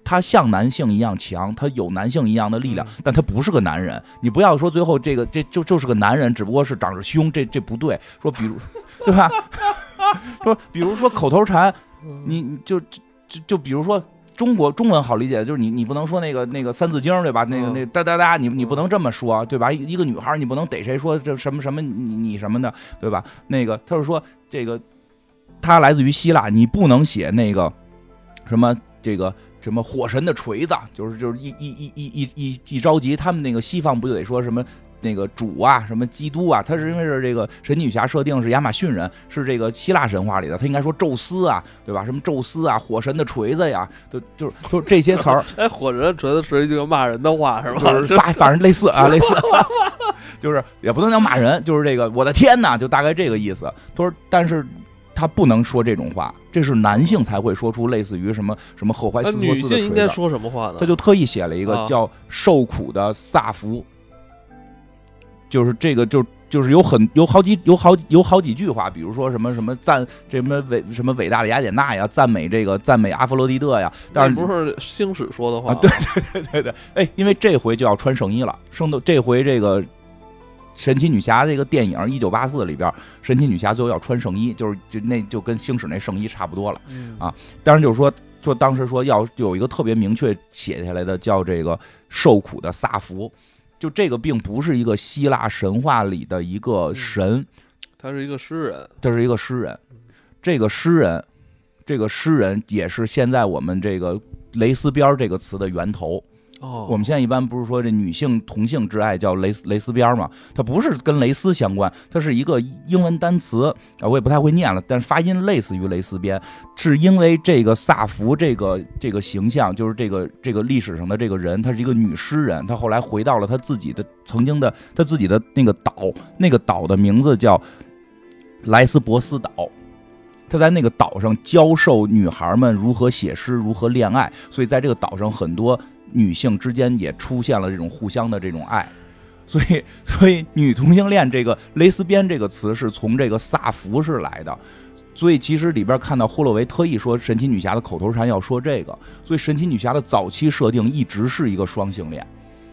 他像男性一样强，他有男性一样的力量，但他不是个男人。你不要说最后这就是个男人，只不过是长着胸，这不对。说比如，对吧？说比如说口头禅，你就比如说。中文好理解，就是你不能说那个三字经，对吧？那个哒哒哒，你不能这么说，对吧？一个女孩你不能逮谁说这什么什么你什么的，对吧？那个他是说这个，他来自于希腊，你不能写那个什么这个什么火神的锤子，就是一着急，他们那个西方不就得说什么？那个主啊，什么基督啊，他是因为是这个神奇女侠设定是亚马逊人，是这个希腊神话里的，他应该说宙斯啊，对吧？什么宙斯啊，火神的锤子呀，就是这些词儿。 哎，火神的锤子是一句骂人的话是吧？ 就是反正类似啊，类似，就是也不能叫骂人，就是这个我的天哪，就大概这个意思。他说，但是他不能说这种话，这是男性才会说出类似于什么赫淮斯托斯的锤子。 女性应该说什么话呢？ 他就特意写了一个叫受苦的萨福。就是这个就是有好几句话，比如说什么赞这什么伟大的雅典娜呀，赞美阿弗洛狄特呀，但是不是星矢说的话啊？对，哎，因为这回就要穿圣衣了，这回这个神奇女侠这个电影1984里边，神奇女侠最后要穿圣衣，就跟星矢那圣衣差不多了啊。当然就是说当时说要有一个特别明确写下来的叫这个受苦的萨福。就这个并不是一个希腊神话里的一个神， 他是一个诗人， 这个诗人也是现在我们这个蕾丝边这个词的源头。我们现在一般不是说这女性同性之爱叫蕾丝边吗？它不是跟蕾丝相关，它是一个英文单词啊，我也不太会念了，但是发音类似于蕾丝边，是因为这个萨福这个形象，就是这个历史上的这个人，他是一个女诗人，他后来回到了他自己的曾经的他自己的那个岛，那个岛的名字叫莱斯博斯岛。他在那个岛上教授女孩们如何写诗，如何恋爱，所以在这个岛上很多女性之间也出现了这种互相的这种爱，所以女同性恋这个蕾丝边这个词是从这个萨福是来的，所以其实里边看到霍洛维特意说神奇女侠的口头禅要说这个，所以神奇女侠的早期设定一直是一个双性恋，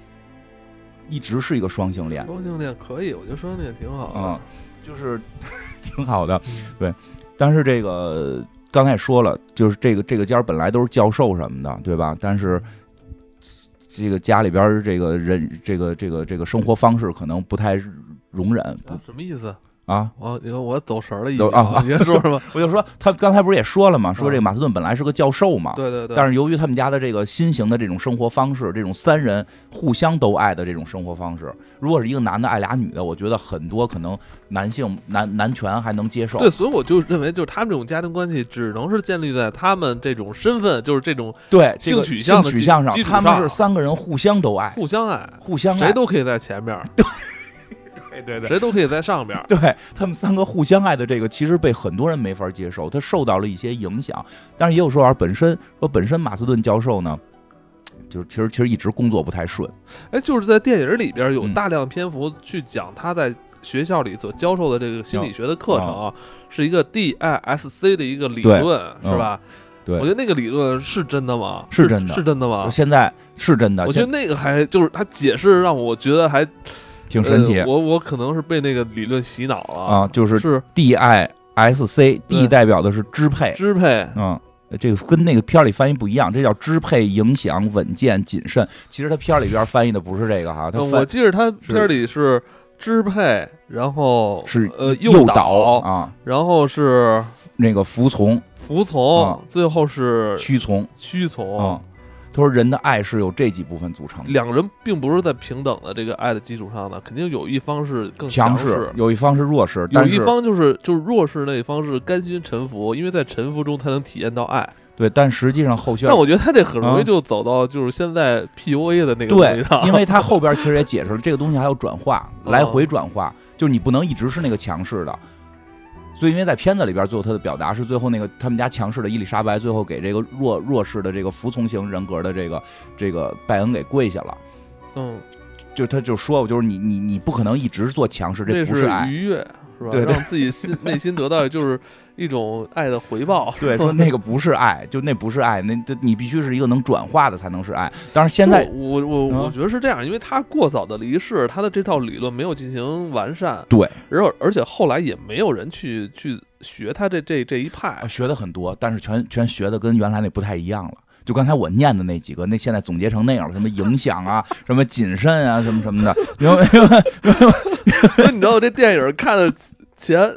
双性恋可以，我觉得双性恋挺好的， 就是挺好的，对。但是这个刚才也说了，就是这个家本来都是教授什么的，对吧？但是这个家里边这个人这个生活方式可能不太容忍。 什么意思啊？ 我走神了，已经啊！你说什么？ 我就说他刚才不是也说了吗？说这个马斯顿本来是个教授嘛， 对。 但是由于他们家的这个新型的这种生活方式，这种三人互相都爱的这种生活方式，如果是一个男的爱俩女的，我觉得很多可能男权还能接受。 对，所以我就认为，就是他们这种家庭关系只能是建立在他们这种身份，就是这种对性取向上，他们是三个人互相都爱， 互相爱， 谁都可以在前面。 对， 谁都可以在上边。 对，他们三个互相爱的这个，其实被很多人没法接受，他受到了一些影响。但是也有说法，本身马斯顿教授呢，就是其实一直工作不太顺。 哎，就是在电影里边有大量篇幅去讲他在学校里所教授的这个心理学的课程啊，是一个 DISC 的一个理论，是吧？ 对， 我觉得那个理论是真的吗？ 是真的， 是真的吗？ 现在是真的。 我觉得那个还就是他解释让我觉得还挺神奇。 我可能是被那个理论洗脑了啊，就是 DISC，D 代表的是支配，这个跟那个片里翻译不一样，这叫支配、影响、稳健、谨慎。其实他片里边翻译的不是这个哈， 我记得他片里是支配，然后是诱导啊， 然后是那个服从， 最后是屈从。他说人的爱是由这几部分组成的， 两人并不是在平等的这个爱的基础上的，肯定有一方是更强势， 有一方是弱势， 有一方就是弱势那一方是甘心臣服，因为在臣服中才能体验到爱。 对，但实际上后续， 但我觉得他这很容易就走到就是现在 PUA 的那个东西上， 对，因为他后边其实也解释了这个东西还有转化，来回转化，就是你不能一直是那个强势的。所以，因为在片子里边，最后他的表达是最后那个他们家强势的伊丽莎白，最后给这个弱势的这个服从型人格的这个拜恩给跪下了。 就他就说，就是你不可能一直做强势，这不是爱， 愉悦是吧？ 对， 让自己内心得到就是一种爱的回报。 对，说那个不是爱，就那不是爱，那你必须是一个能转化的才能是爱。当然现在我觉得是这样，因为他过早的离世，他的这套理论没有进行完善， 对， 而且后来也没有人去学他这一派， 学的很多，但是全学的跟原来那不太一样了。就刚才我念的那几个，那现在总结成那样了，什么影响啊，什么谨慎啊，什么什么的， 所以你知道这电影看的前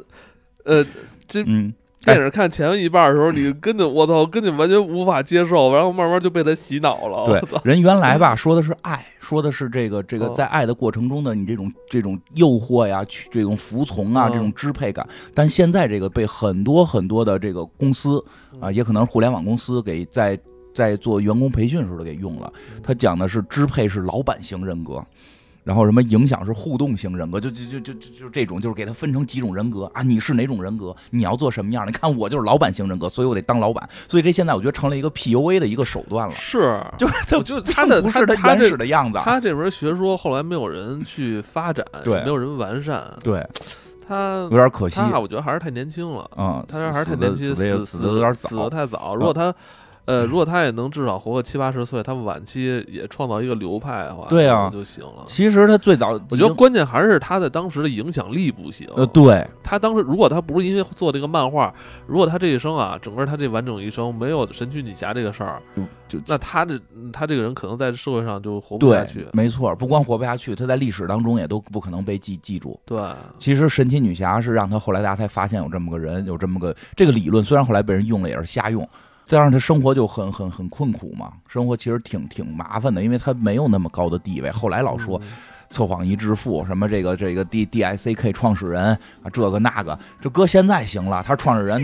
电影看前一半的时候，你根本完全无法接受，然后慢慢就被他洗脑了。 对，人原来吧说的是爱，说的是这个在爱的过程中的你这种诱惑呀，这种服从啊，这种支配感。但现在这个被很多很多的这个公司啊，也可能是互联网公司给在做员工培训时候给用了。他讲的是支配是老板型人格。然后什么影响是互动型人格，就这种，就是给他分成几种人格啊，你是哪种人格，你要做什么样的？你看我就是老板型人格，所以我得当老板，所以这现在我觉得成了一个 PUA 的一个手段了。 是， 就他不是他原始的样子。 他这门学说后来没有人去发展， 对， 没有人完善， 对， 他有点可惜。 他我觉得还是太年轻了，他还是太年轻， 死的有点早， 死的太早。如果他也能至少活个70-80岁，他们晚期也创造一个流派的话， 对啊， 就行了。 其实他最早， 我觉得关键还是他在当时的影响力不行。 对， 他当时如果他不是因为做这个漫画，如果他这一生啊，整个他这完整一生没有神奇女侠这个事儿，那他这个人可能在社会上就活不下去。 没错，不光活不下去，他在历史当中也都不可能被记住。 对， 其实神奇女侠是让他后来大家才发现有这么个人，有这么个这个理论，虽然后来被人用了也是瞎用。再让他生活就很困苦嘛，生活其实挺麻烦的，因为他没有那么高的地位。后来老说测谎仪致富，什么这个 DICK 创始人啊，这个那个，这搁现在行了，他创始人他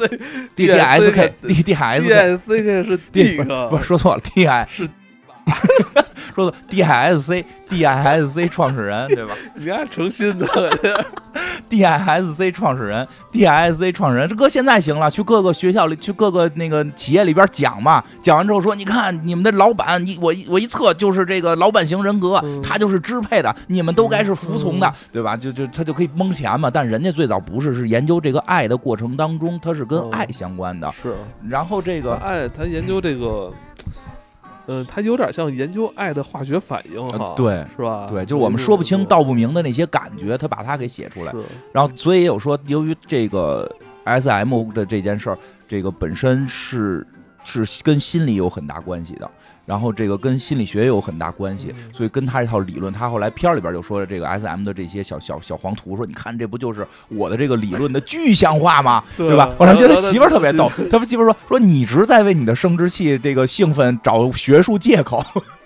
DICK 是 D 不是说错了 DI 是说的 DISC 创始人对吧？ 你还诚心的 DISC 创始人，这搁现在行了，去各个学校里，去各个那个企业里边讲嘛，讲完之后说，你看你们的老板，我一测就是这个老板型人格，他就是支配的，你们都该是服从的，对吧？就他就可以蒙钱嘛。但人家最早不是研究这个爱的过程当中，他是跟爱相关的。 是， 然后这个爱，他研究这个。它有点像研究爱的化学反应哈， 对， 是吧？ 对，就是我们说不清道不明的那些感觉，他把它给写出来。然后，所以也有说，由于这个 SM 的这件事儿，这个本身是跟心理有很大关系的，然后这个跟心理学有很大关系，所以跟他这套理论，他后来片里边就说这个 SM 的这些小黄图，说你看这不就是我的这个理论的具象化吗？对吧？后来觉得他媳妇儿特别逗，他媳妇儿说你一直在为你的生殖器这个兴奋找学术借口。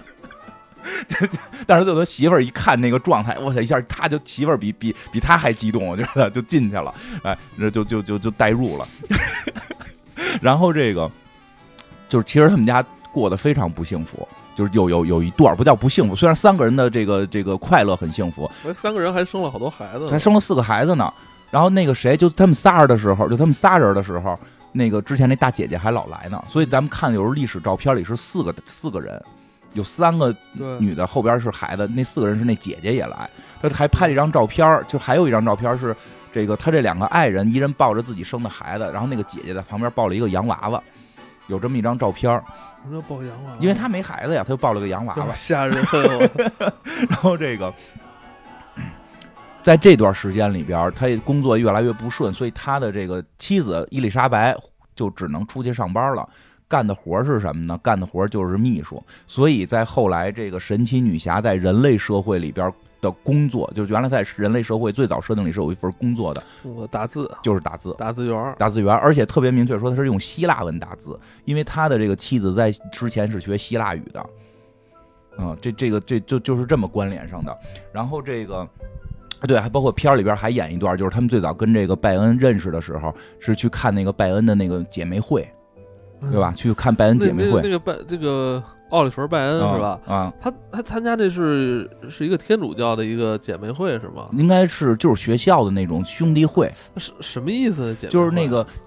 但是最后他媳妇儿一看那个状态，我操，一下他就媳妇儿比他还激动，我觉得就进去了，哎，就代入了。然后这个就是其实他们家过得非常不幸福，就是有一段不叫不幸福，虽然3个人的这个快乐很幸福 ，3个人还生了好多孩子， 还生了4个孩子呢。然后那个谁，就他们仨人的时候，那个之前那大姐姐还老来呢，所以咱们看有时候历史照片里是4个人。有3个女的，后边是孩子，那4个人是那姐姐也来。他还拍了一张照片，就还有一张照片是这个他这2个爱人，一人抱着自己生的孩子，然后那个姐姐在旁边抱了一个洋娃娃，有这么一张照片。 什么叫抱洋娃娃？ 因为他没孩子呀，他就抱了个洋娃娃， 吓人。 然后这个在这段时间里边，他工作越来越不顺，所以他的这个妻子伊丽莎白就只能出去上班了。干的活是什么呢？干的活就是秘书。所以在后来这个神奇女侠在人类社会里边的工作，就是原来在人类社会最早设定里是有一份工作的， 打字， 就是打字员，而且特别明确说他是用希腊文打字，因为他的这个妻子在之前是学希腊语的，这个就是这么关联上的。然后这个。对，还包括片里边还演一段，就是他们最早跟这个拜恩认识的时候，是去看那个拜恩的那个姐妹会。对吧？去看拜恩姐妹会， 这个奥利弗拜恩是吧？他参加这是一个天主教的一个姐妹会是吗？ 应该是就是学校的那种兄弟会。 什么意思？姐妹会就是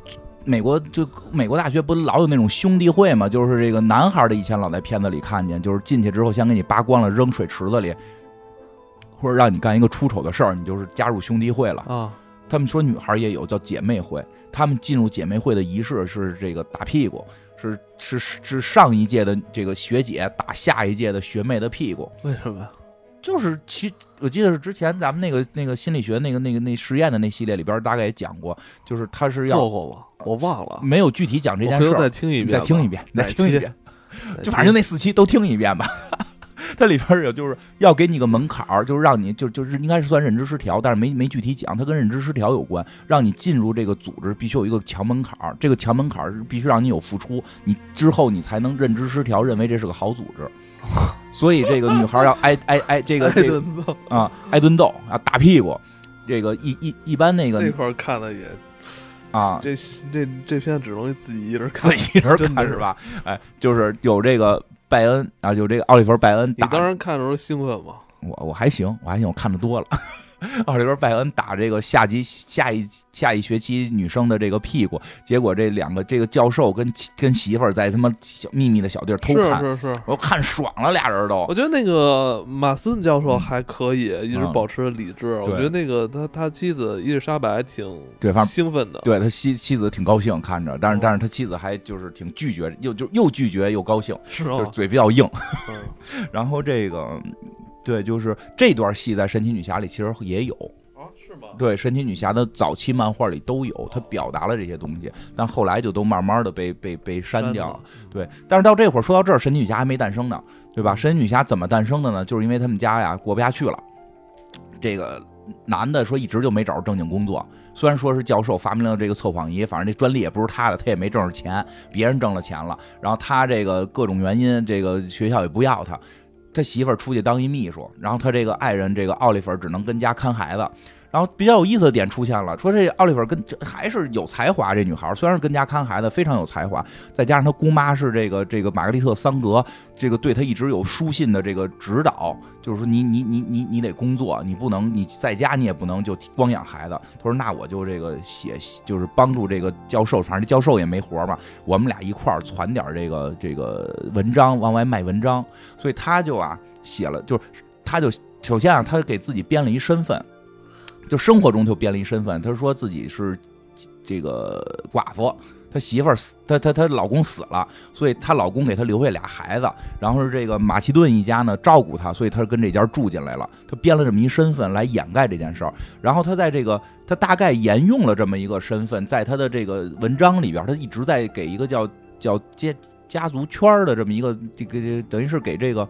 美国大学不老有那种兄弟会嘛，就是这个男孩的以前老在片子里看见，就是进去之后先给你扒光了扔水池子里，或者让你干一个出丑的事儿，你就是加入兄弟会了啊。 他们说女孩也有叫姐妹会，他们进入姐妹会的仪式是这个打屁股，是上一届的这个学姐打下一届的学妹的屁股。 为什么？ 就是我记得是之前咱们那个心理学那实验的那系列里边大概也讲过，就是他是要做过吗？我忘了， 没有具体讲这件事。 再听一遍， 再听一遍，就反正那4期都听一遍吧。它里边有就是要给你个门槛，就是让你就是应该是算认知失调，但是没具体讲，它跟认知失调有关，让你进入这个组织必须有一个强门槛，这个强门槛是必须让你有付出，你之后你才能认知失调，认为这是个好组织。所以这个女孩要挨这个啊挨顿斗啊打屁股，这个一般那个那块看的也啊， 这片只能自己一人看，是吧？哎，就是有这个。拜恩啊，就这个奥利弗·拜恩， 你当时看的时候兴奋吗？ 我还行，我看的多了。奥利弗·拜恩打这个下一学期女生的这个屁股，结果这两个这个教授跟媳妇儿在他妈秘密的小地儿偷看， 是， 我看爽了，俩人都。 我觉得那个马斯顿教授还可以，一直保持理智。我觉得那个他妻子伊丽莎白挺兴奋的， 对他妻子挺高兴看着，但是他妻子还就是挺拒绝，又拒绝又高兴，就是嘴比较硬。然后这个。对，就是这段戏在神奇女侠里其实也有啊，是吗？ 对，神奇女侠的早期漫画里都有，它表达了这些东西，但后来就都慢慢的被删掉了。对，但是到这会儿说到这儿，神奇女侠还没诞生呢，对吧？神奇女侠怎么诞生的呢？就是因为他们家呀过不下去了，这个男的说一直就没找着正经工作，虽然说是教授发明了这个测谎仪，反正这专利也不是他的，他也没挣着钱，别人挣了钱了，然后他这个各种原因，这个学校也不要他。他媳妇儿出去当一秘书，然后他这个爱人这个奥利弗只能跟家看孩子。然后比较有意思的点出现了，说这奥利弗还是有才华，这女孩虽然是跟家看孩子，非常有才华，再加上她姑妈是这个玛格丽特桑格，这个对她一直有书信的这个指导，就是说你得工作，你不能你在家你也不能就光养孩子。他说那我就这个就是帮助这个教授，反正这教授也没活嘛，我们俩一块儿传点这个文章往外卖文章，所以他就写了，就是他就首先他给自己编了一身份。就生活中就编了一身份，他说自己是这个寡妇，他媳妇儿她老公死了，所以她老公给她留下俩孩子，然后是这个马其顿一家呢照顾她，所以她跟这家住进来了。她编了这么一身份来掩盖这件事儿，然后她在这个她大概沿用了这么一个身份，在她的这个文章里边，她一直在给一个叫家族圈的这么一个这个等于是给这个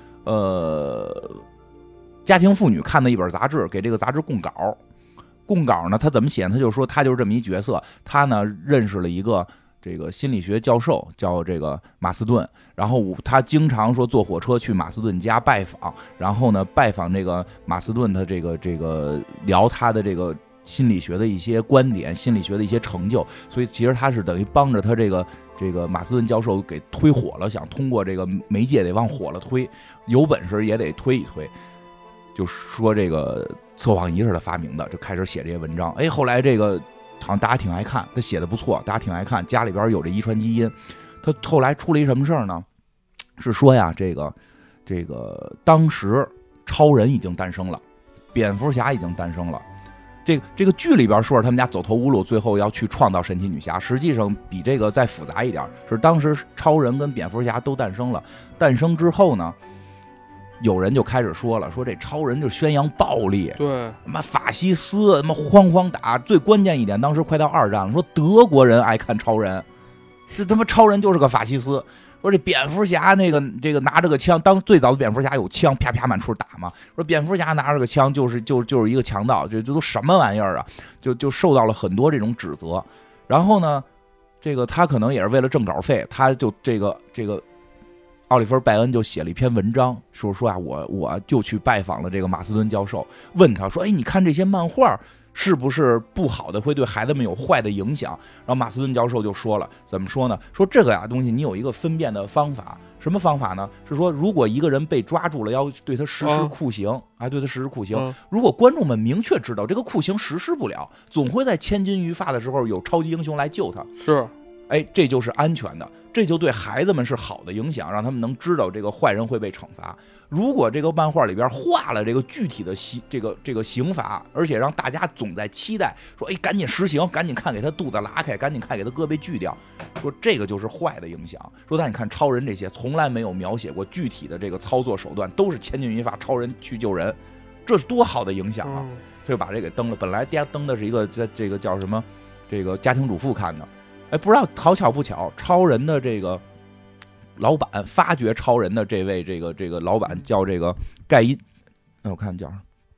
家庭妇女看的一本杂志，给这个杂志供稿呢，他怎么写？他就说他就是这么一角色，他呢认识了一个这个心理学教授，叫这个马斯顿，然后他经常说坐火车去马斯顿家拜访，然后呢拜访这个马斯顿的这个聊他的这个心理学的一些观点，心理学的一些成就，所以其实他是等于帮着他这个马斯顿教授给推火了，想通过这个媒介得往火了推，有本事也得推一推。就说这个测谎仪是他发明的，就开始写这些文章。哎，后来这个好像大家挺爱看，他写的不错，大家挺爱看，家里边有这遗传基因。他后来出了一什么事儿呢？是说呀，这个当时超人已经诞生了，蝙蝠侠已经诞生了。这个剧里边说是他们家走投无路，最后要去创造神奇女侠，实际上比这个再复杂一点，是当时超人跟蝙蝠侠都诞生了。诞生之后呢？有人就开始说了，说这超人就宣扬暴力， 对， 他妈法西斯，他妈哐打。最关键一点，当时快到2战了，说德国人爱看超人，这他妈超人就是个法西斯。说这蝙蝠侠这个拿着个枪，当最早的蝙蝠侠有枪，啪啪满处打嘛。说蝙蝠侠拿着个枪就是一个强盗，这都什么玩意儿啊？就受到了很多这种指责。然后呢，这个他可能也是为了挣稿费，他就这个。奥利弗·拜恩就写了一篇文章，说我就去拜访了这个马斯顿教授，问他说：“哎，你看这些漫画是不是不好的会对孩子们有坏的影响？然后马斯顿教授就说了，怎么说呢？说这个东西你有一个分辨的方法，什么方法呢？是说如果一个人被抓住了，要对他实施酷刑，对他实施酷刑。如果观众们明确知道这个酷刑实施不了，总会在千钧一发的时候有超级英雄来救他。 是， 这就是安全的，这就对孩子们是好的影响，让他们能知道这个坏人会被惩罚。如果这个漫画里边画了这个具体的这个刑罚，而且让大家总在期待说，赶紧实行，赶紧看给他肚子拉开，赶紧看给他胳膊锯掉，说这个就是坏的影响。说但你看超人这些从来没有描写过具体的这个操作手段，都是千钧一发，超人去救人，这是多好的影响啊！所以把这给登了。本来登的是一个在这个叫什么这个家庭主妇看的，不知道好巧不巧，超人的这个老板发掘超人的这位这个老板叫这个盖因，我看叫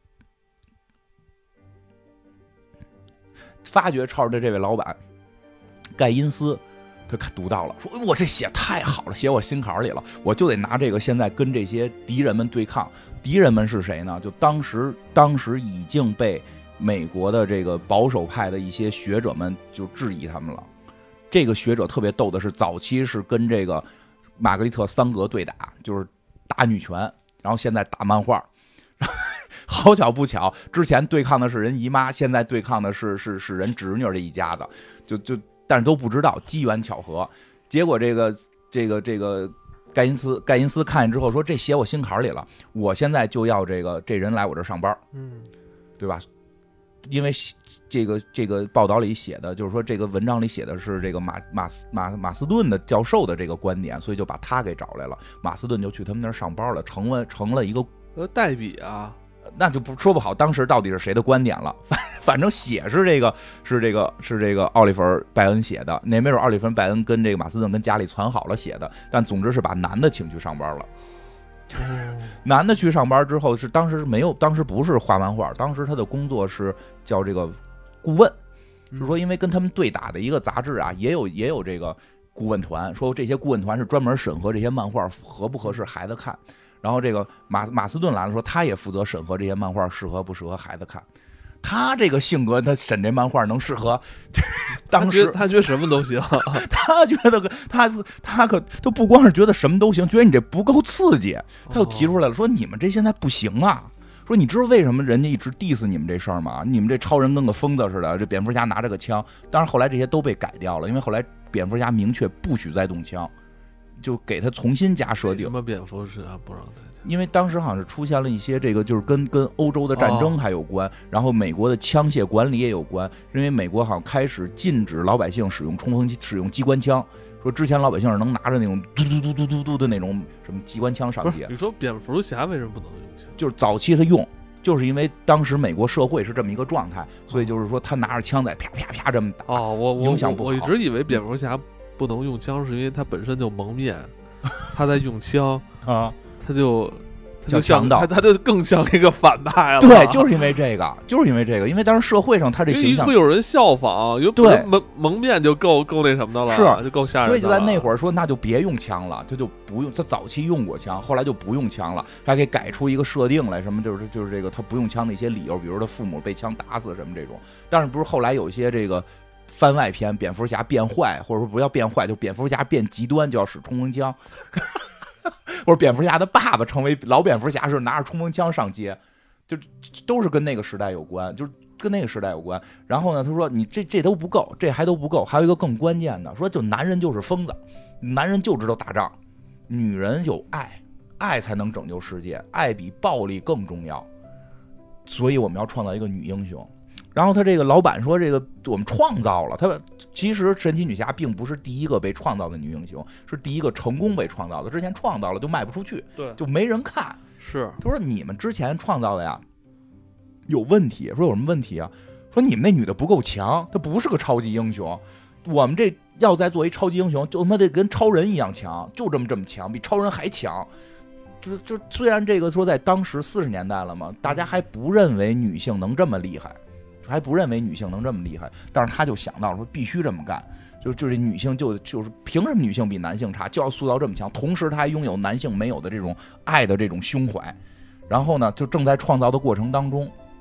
发掘超人的这位老板盖因斯，他读到了，说我这写太好了，写我心坎里了，我就得拿这个现在跟这些敌人们对抗。敌人们是谁呢？就当时已经被美国的这个保守派的一些学者们就质疑他们了。这个学者特别逗的是，早期是跟这个玛格丽特·桑格对打，就是打女权，然后现在打漫画。好巧不巧，之前对抗的是人姨妈，现在对抗的是人侄女这一家子，但是都不知道，机缘巧合。结果这个盖因斯看见之后说，这写我心坎里了，我现在就要这人来我这上班，对吧？因为这个报道里写的就是说，这个文章里写的是这个马斯顿的教授的这个观点，所以就把他给找来了。马斯顿就去他们那儿上班了，成了一个代笔啊， 那就说不好当时到底是谁的观点了。反正写是这个奥利弗·拜恩写的，那没准奥利弗·拜恩跟这个马斯顿跟家里传好了写的，但总之是把男的请去上班了。男的去上班之后当时不是画漫画，当时他的工作是叫这个顾问，是说因为跟他们对打的一个杂志啊，也有这个顾问团，说这些顾问团是专门审核这些漫画合不合适孩子看。然后这个马斯顿来了，说他也负责审核这些漫画适合不适合孩子看。他这个性格，他审这漫画能适合？当时他觉得什么都行， 他觉得他可都不光是觉得什么都行，觉得你这不够刺激，他就提出来了，说你们这现在不行啊。说你知道为什么人家一直 diss 你们这事儿吗？你们这超人跟个疯子似的，这蝙蝠侠拿着个枪，当然后来这些都被改掉了，因为后来蝙蝠侠明确不许再动枪，就给他重新加设定。 什么蝙蝠侠不让再？ 因为当时好像是出现了一些这个，就是跟欧洲的战争还有关，然后美国的枪械管理也有关，因为美国好像开始禁止老百姓使用冲锋机、使用机关枪，说之前老百姓是能拿着那种嘟嘟嘟嘟嘟嘟的那种什么机关枪上街。 你说蝙蝠侠为什么不能用枪？ 就是早期他用，就是因为当时美国社会是这么一个状态，所以就是说他拿着枪在啪啪啪这么打，影响不好。 我一直以为蝙蝠侠不能用枪，是因为他本身就蒙面，他在用枪啊。 他就强盗， 他就更像一个反派了。 对，就是因为这个，因为当时社会上他这形象会有人效仿， 对， 蒙面就够那什么的了， 是就够吓人的了。 所以就在那会儿说，那就别用枪了，他就不用。他早期用过枪，后来就不用枪了，还给改出一个设定来，什么就是这个他不用枪的一些理由，比如他父母被枪打死什么这种。但是不是后来有一些这个番外篇，蝙蝠侠变坏，或者说不要变坏，就蝙蝠侠变极端，就要使冲锋枪。或者蝙蝠侠的爸爸成为老蝙蝠侠是拿着冲锋枪上街，就都是跟那个时代有关，就是跟那个时代有关。然后呢，他说你这都不够，这还都不够，还有一个更关键的，说就男人就是疯子，男人就知道打仗，女人有爱，爱才能拯救世界，爱比暴力更重要，所以我们要创造一个女英雄。然后他这个老板说，这个我们创造了他，其实神奇女侠并不是第一个被创造的女英雄，是第一个成功被创造的。之前创造了就卖不出去， 对， 就没人看。 是， 他说你们之前创造的呀有问题，说有什么问题啊？说你们那女的不够强，她不是个超级英雄，我们这要再做一超级英雄，就他妈得跟超人一样强，就这么强，比超人还强。就虽然这个说在当时40年代了嘛，大家还不认为女性能这么厉害。还不认为女性能这么厉害，但是他就想到说必须这么干，就是女性就是凭什么女性比男性差，就要塑造这么强，同时他还拥有男性没有的这种爱的这种胸怀。然后呢，就正在创造的过程当中，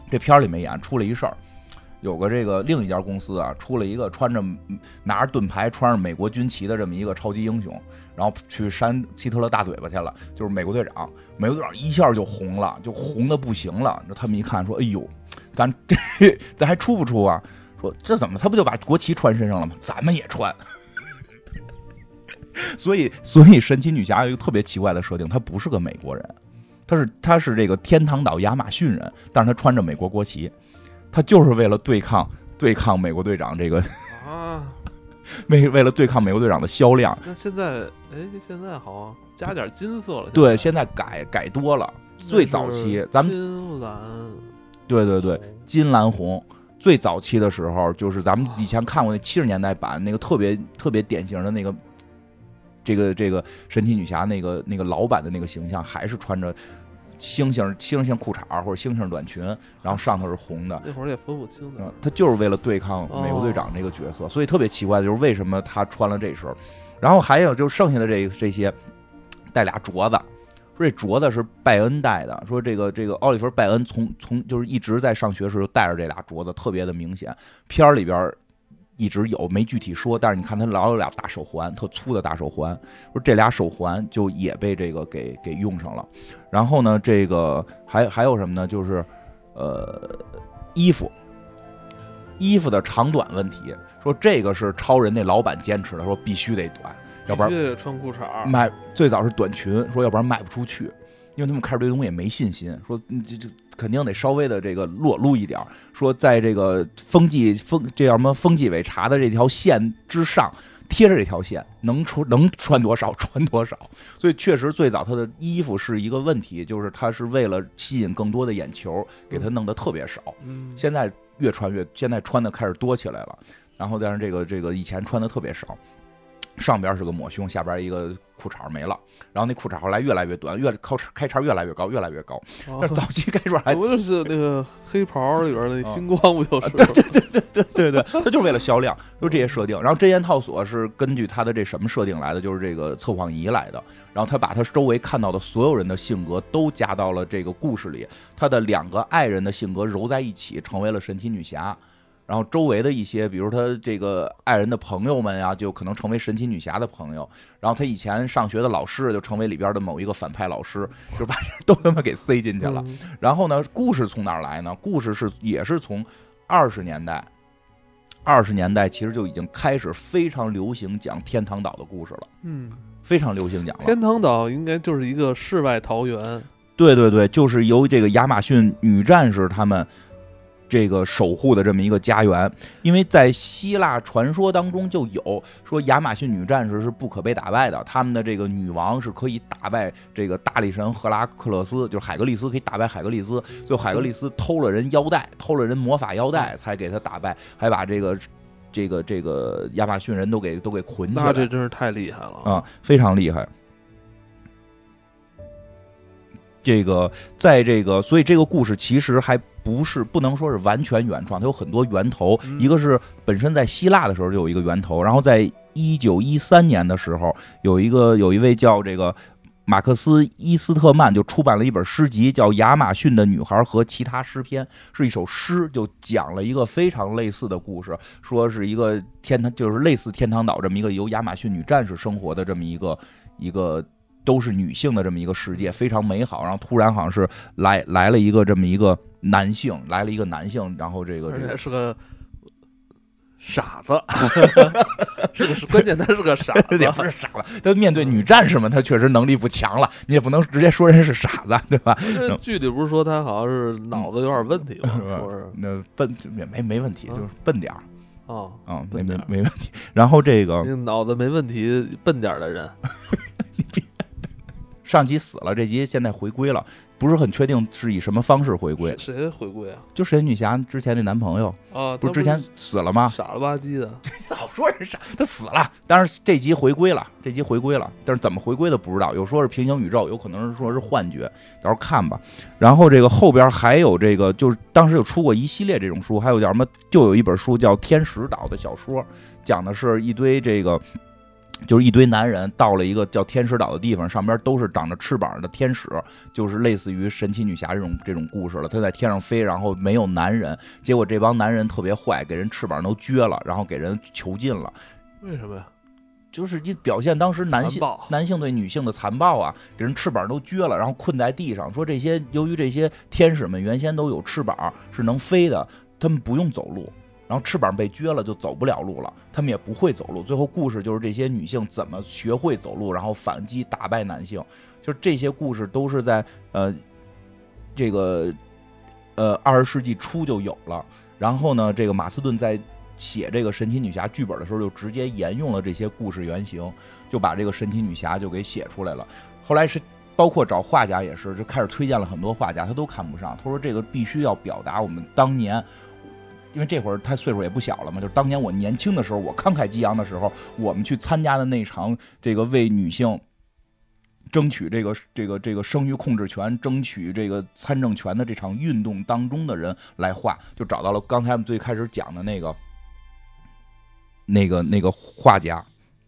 这片儿里没演，出了一事儿。有个这个另一家公司啊，出了一个穿着拿着盾牌、穿着美国军旗的这么一个超级英雄，然后去扇希特勒大嘴巴去了，就是美国队长。美国队长一下就红了，就红的不行了。他们一看说：“哎呦，咱还出不出啊？”说这怎么他不就把国旗穿身上了吗？咱们也穿。所以神奇女侠有一个特别奇怪的设定，她不是个美国人，她是这个天堂岛亚马逊人，但是她穿着美国国旗。他就是为了对抗美国队长这个啊， 为了对抗美国队长的销量。 那现在好像加点金色了。 对，现在改多了。最早期咱们金蓝， 对，金蓝红。最早期的时候，就是咱们以前看过那70年代版那个特别典型的那个这个神奇女侠那个老版的那个形象，还是穿着星星裤衩或者星星短裙，然后上头是红的。 那会儿也分不清的。 他就是为了对抗美国队长这个角色，所以特别奇怪的就是为什么他穿了这身。然后还有就是剩下的这些带俩镯子，说这镯子是拜恩戴的，说这个奥利弗拜恩从就是一直在上学时就带着这俩镯子，特别的明显。片儿里边一直有，没具体说，但是你看他老有俩大手环，特粗的大手环，说这俩手环就也被这个给用上了。然后呢，这个还有什么呢？就是衣服的长短问题，说这个是超人那老板坚持的，说必须得短，要不然必须得穿裤衩。 最早是短裙，说要不然卖不出去，因为他们开始对东西也没信心，说这肯定得稍微的这个裸露一点，说在这个这叫什么风纪委查的这条线之上贴着这条线，能穿多少穿多少。所以确实最早他的衣服是一个问题，就是他是为了吸引更多的眼球，给他弄得特别少。现在现在穿的开始多起来了，然后但是这个以前穿的特别少。上边是个抹胸，下边一个裤衩没了，然后那裤衩后来越来越短，开衩越来越高，越来越高。但早期开衩还不就是那个黑袍里边的星光，不就是？ 对，他就是为了销量，就这些设定。然后真言套索是根据他的这什么设定来的，就是这个测谎仪来的。然后他把他周围看到的所有人的性格都加到了这个故事里，他的2个爱人的性格揉在一起，成为了神奇女侠。然后周围的一些，比如他这个爱人的朋友们呀，就可能成为神奇女侠的朋友。然后他以前上学的老师就成为里边的某一个反派老师，就把都他妈给塞进去了。然后呢，故事从哪儿来呢？故事也是从20年代，20年代其实就已经开始非常流行讲天堂岛的故事了。非常流行讲了。 天堂岛应该就是一个世外桃源。 对，就是由这个亚马逊女战士他们这个守护的这么一个家园。因为在希腊传说当中就有说亚马逊女战士是不可被打败的，他们的这个女王是可以打败这个大力神赫拉克勒斯，就是海格力斯，可以打败海格力斯。最后海格力斯偷了人腰带，偷了人魔法腰带，才给他打败，还把这个亚马逊人都给捆起来。 那这真是太厉害了啊，非常厉害。所以这个故事其实还不能说是完全原创，它有很多源头。一个是本身在希腊的时候就有一个源头，然后在1913年的时候，有一位叫这个马克思伊斯特曼就出版了一本诗集，叫《亚马逊的女孩和其他诗篇》，是一首诗，就讲了一个非常类似的故事，说是一个就是类似天堂岛这么一个由亚马逊女战士生活的这么一个都是女性的这么一个世界，非常美好。然后突然好像是来了一个这么一个男性，然后这个是个傻子，关键他是个傻子， 也不是傻子。他面对女战士们，他确实能力不强了，你也不能直接说人是傻子，对吧？ 这剧里不是说他好像是脑子有点问题吗？说是那笨也没问题，就是笨点儿。没问题。然后这个脑子没问题、笨点的人。 上集死了，这集现在回归了，不是很确定是以什么方式回归。 谁回归啊？ 就神女侠之前那男朋友啊， 不是之前死了吗？ 傻了吧唧的， 老说人傻，他死了。但是这集回归了，但是怎么回归的不知道，有说是平行宇宙，有可能是说是幻觉，到时候看吧。然后这个后边还有这个，就是当时有出过一系列这种书，还有叫什么，就有一本书叫《天使岛》的小说，讲的是一堆这个就是一堆男人到了一个叫天使岛的地方，上边都是长着翅膀的天使，就是类似于神奇女侠这种故事了。她在天上飞，然后没有男人，结果这帮男人特别坏，给人翅膀都撅了，然后给人囚禁了。 为什么呀？ 就是一表现当时男性对女性的残暴啊，给人翅膀都撅了，然后困在地上。说由于这些天使们原先都有翅膀，是能飞的，他们不用走路。然后翅膀被撅了，就走不了路了，他们也不会走路。最后故事就是这些女性怎么学会走路，然后反击打败男性。就是这些故事都是在这个20世纪初就有了。然后呢，这个马斯顿在写这个神奇女侠剧本的时候，就直接沿用了这些故事原型，就把这个神奇女侠就给写出来了。后来是包括找画家也是，就开始推荐了很多画家，他都看不上。他说这个必须要表达我们当年。因为这会儿他岁数也不小了嘛，就是当年我年轻的时候，我慷慨激昂的时候，我们去参加的那场这个为女性争取这个生育控制权、争取这个参政权的这场运动当中的人来画，就找到了刚才我们最开始讲的那个画家，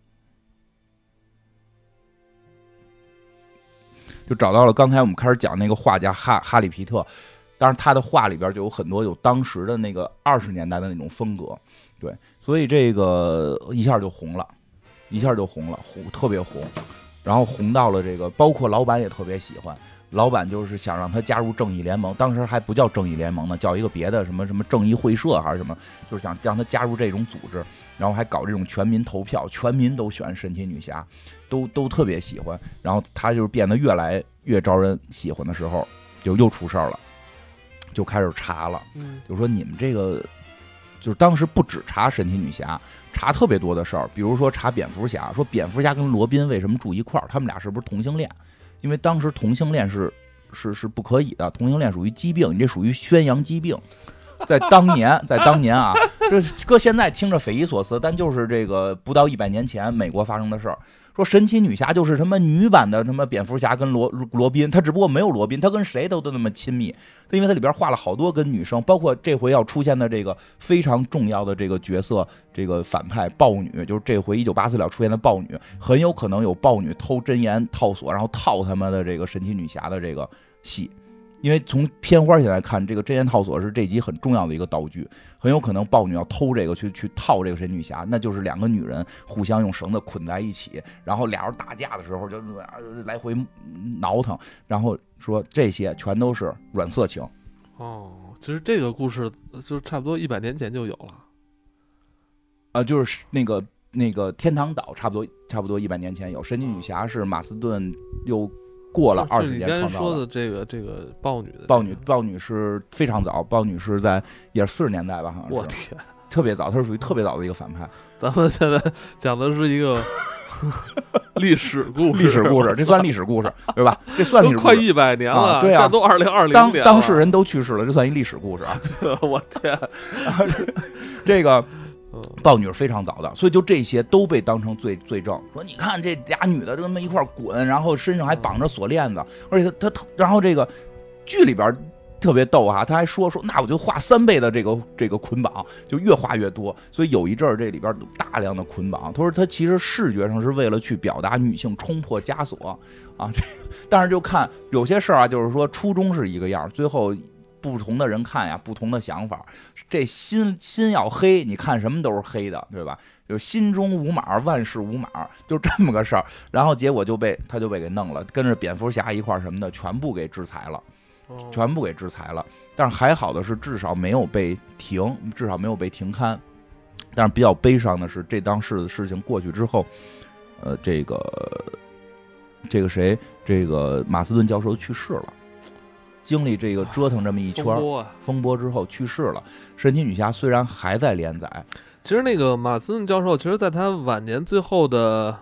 就找到了刚才我们开始讲那个画家哈里皮特。当然，他的画里边就有很多有当时的那个20年代的那种风格，对，所以这个一下就红了，特别红，然后红到了这个，包括老板也特别喜欢，老板就是想让他加入正义联盟，当时还不叫正义联盟呢，叫一个别的什么正义会社还是什么，就是想让他加入这种组织，然后还搞这种全民投票，全民都选神奇女侠，都特别喜欢，然后他就是变得越来越招人喜欢的时候，就又出事儿了。就开始查了，就说你们这个，就是当时不止查神奇女侠，查特别多的事儿，比如说查蝙蝠侠，说蝙蝠侠跟罗宾为什么住一块儿，他们俩是不是同性恋？因为当时同性恋是不可以的，同性恋属于疾病，你这属于宣扬疾病。在当年啊，这搁现在听着匪夷所思，但就是这个不到100年前美国发生的事儿。说神奇女侠就是什么女版的什么蝙蝠侠跟罗宾，她只不过没有罗宾，她跟谁都那么亲密。因为她里边画了好多跟女生，包括这回要出现的这个非常重要的这个角色，这个反派豹女，就是这回1984要出现的豹女，很有可能有豹女偷真言套索，然后套他们的这个神奇女侠的这个戏。因为从片花现在看，这个真言套索是这集很重要的一个道具，很有可能豹女要偷这个去套这个神女侠，那就是2个女人互相用绳子捆在一起，然后俩人打架的时候就来回挠腾，然后说这些全都是软色情。 哦，其实这个故事就差不多100年前就有了。 就是那个天堂岛差不多100年前有，神奇女侠是马斯顿又过了20年创造的。你刚才说的这个豹女的豹女是非常早，豹女是在也是40年代吧，好像是。 我天， 特别早，她是属于特别早的一个反派。 咱们现在讲的是一个历史故事，这算历史故事对吧？这算历史故事， 快100年了， 对啊， 现在都2020年了， 当事人都去世了，这算一历史故事啊！ 我天， 这个。豹女是非常早的，所以就这些都被当成罪证。说你看这俩女的这么一块滚，然后身上还绑着锁链子，而且她然后这个剧里边特别逗哈，他还说那我就画3倍的这个捆绑，就越画越多。所以有一阵儿这里边有大量的捆绑。他说他其实视觉上是为了去表达女性冲破枷锁啊，但是就看有些事儿啊，就是说初衷是一个样，最后。不同的人看呀，不同的想法。这心要黑，你看什么都是黑的，对吧？就是心中无马，万事无马，就这么个事儿。然后结果他就被给弄了，跟着蝙蝠侠一块什么的，全部给制裁了，全部给制裁了。但是还好的是，至少没有被停刊。但是比较悲伤的是，这当时的事情过去之后，这个谁，这个马斯顿教授去世了。经历这个折腾这么一圈风波之后去世了。神奇女侠虽然还在连载， 其实那个马斯顿教授，其实在他晚年最后的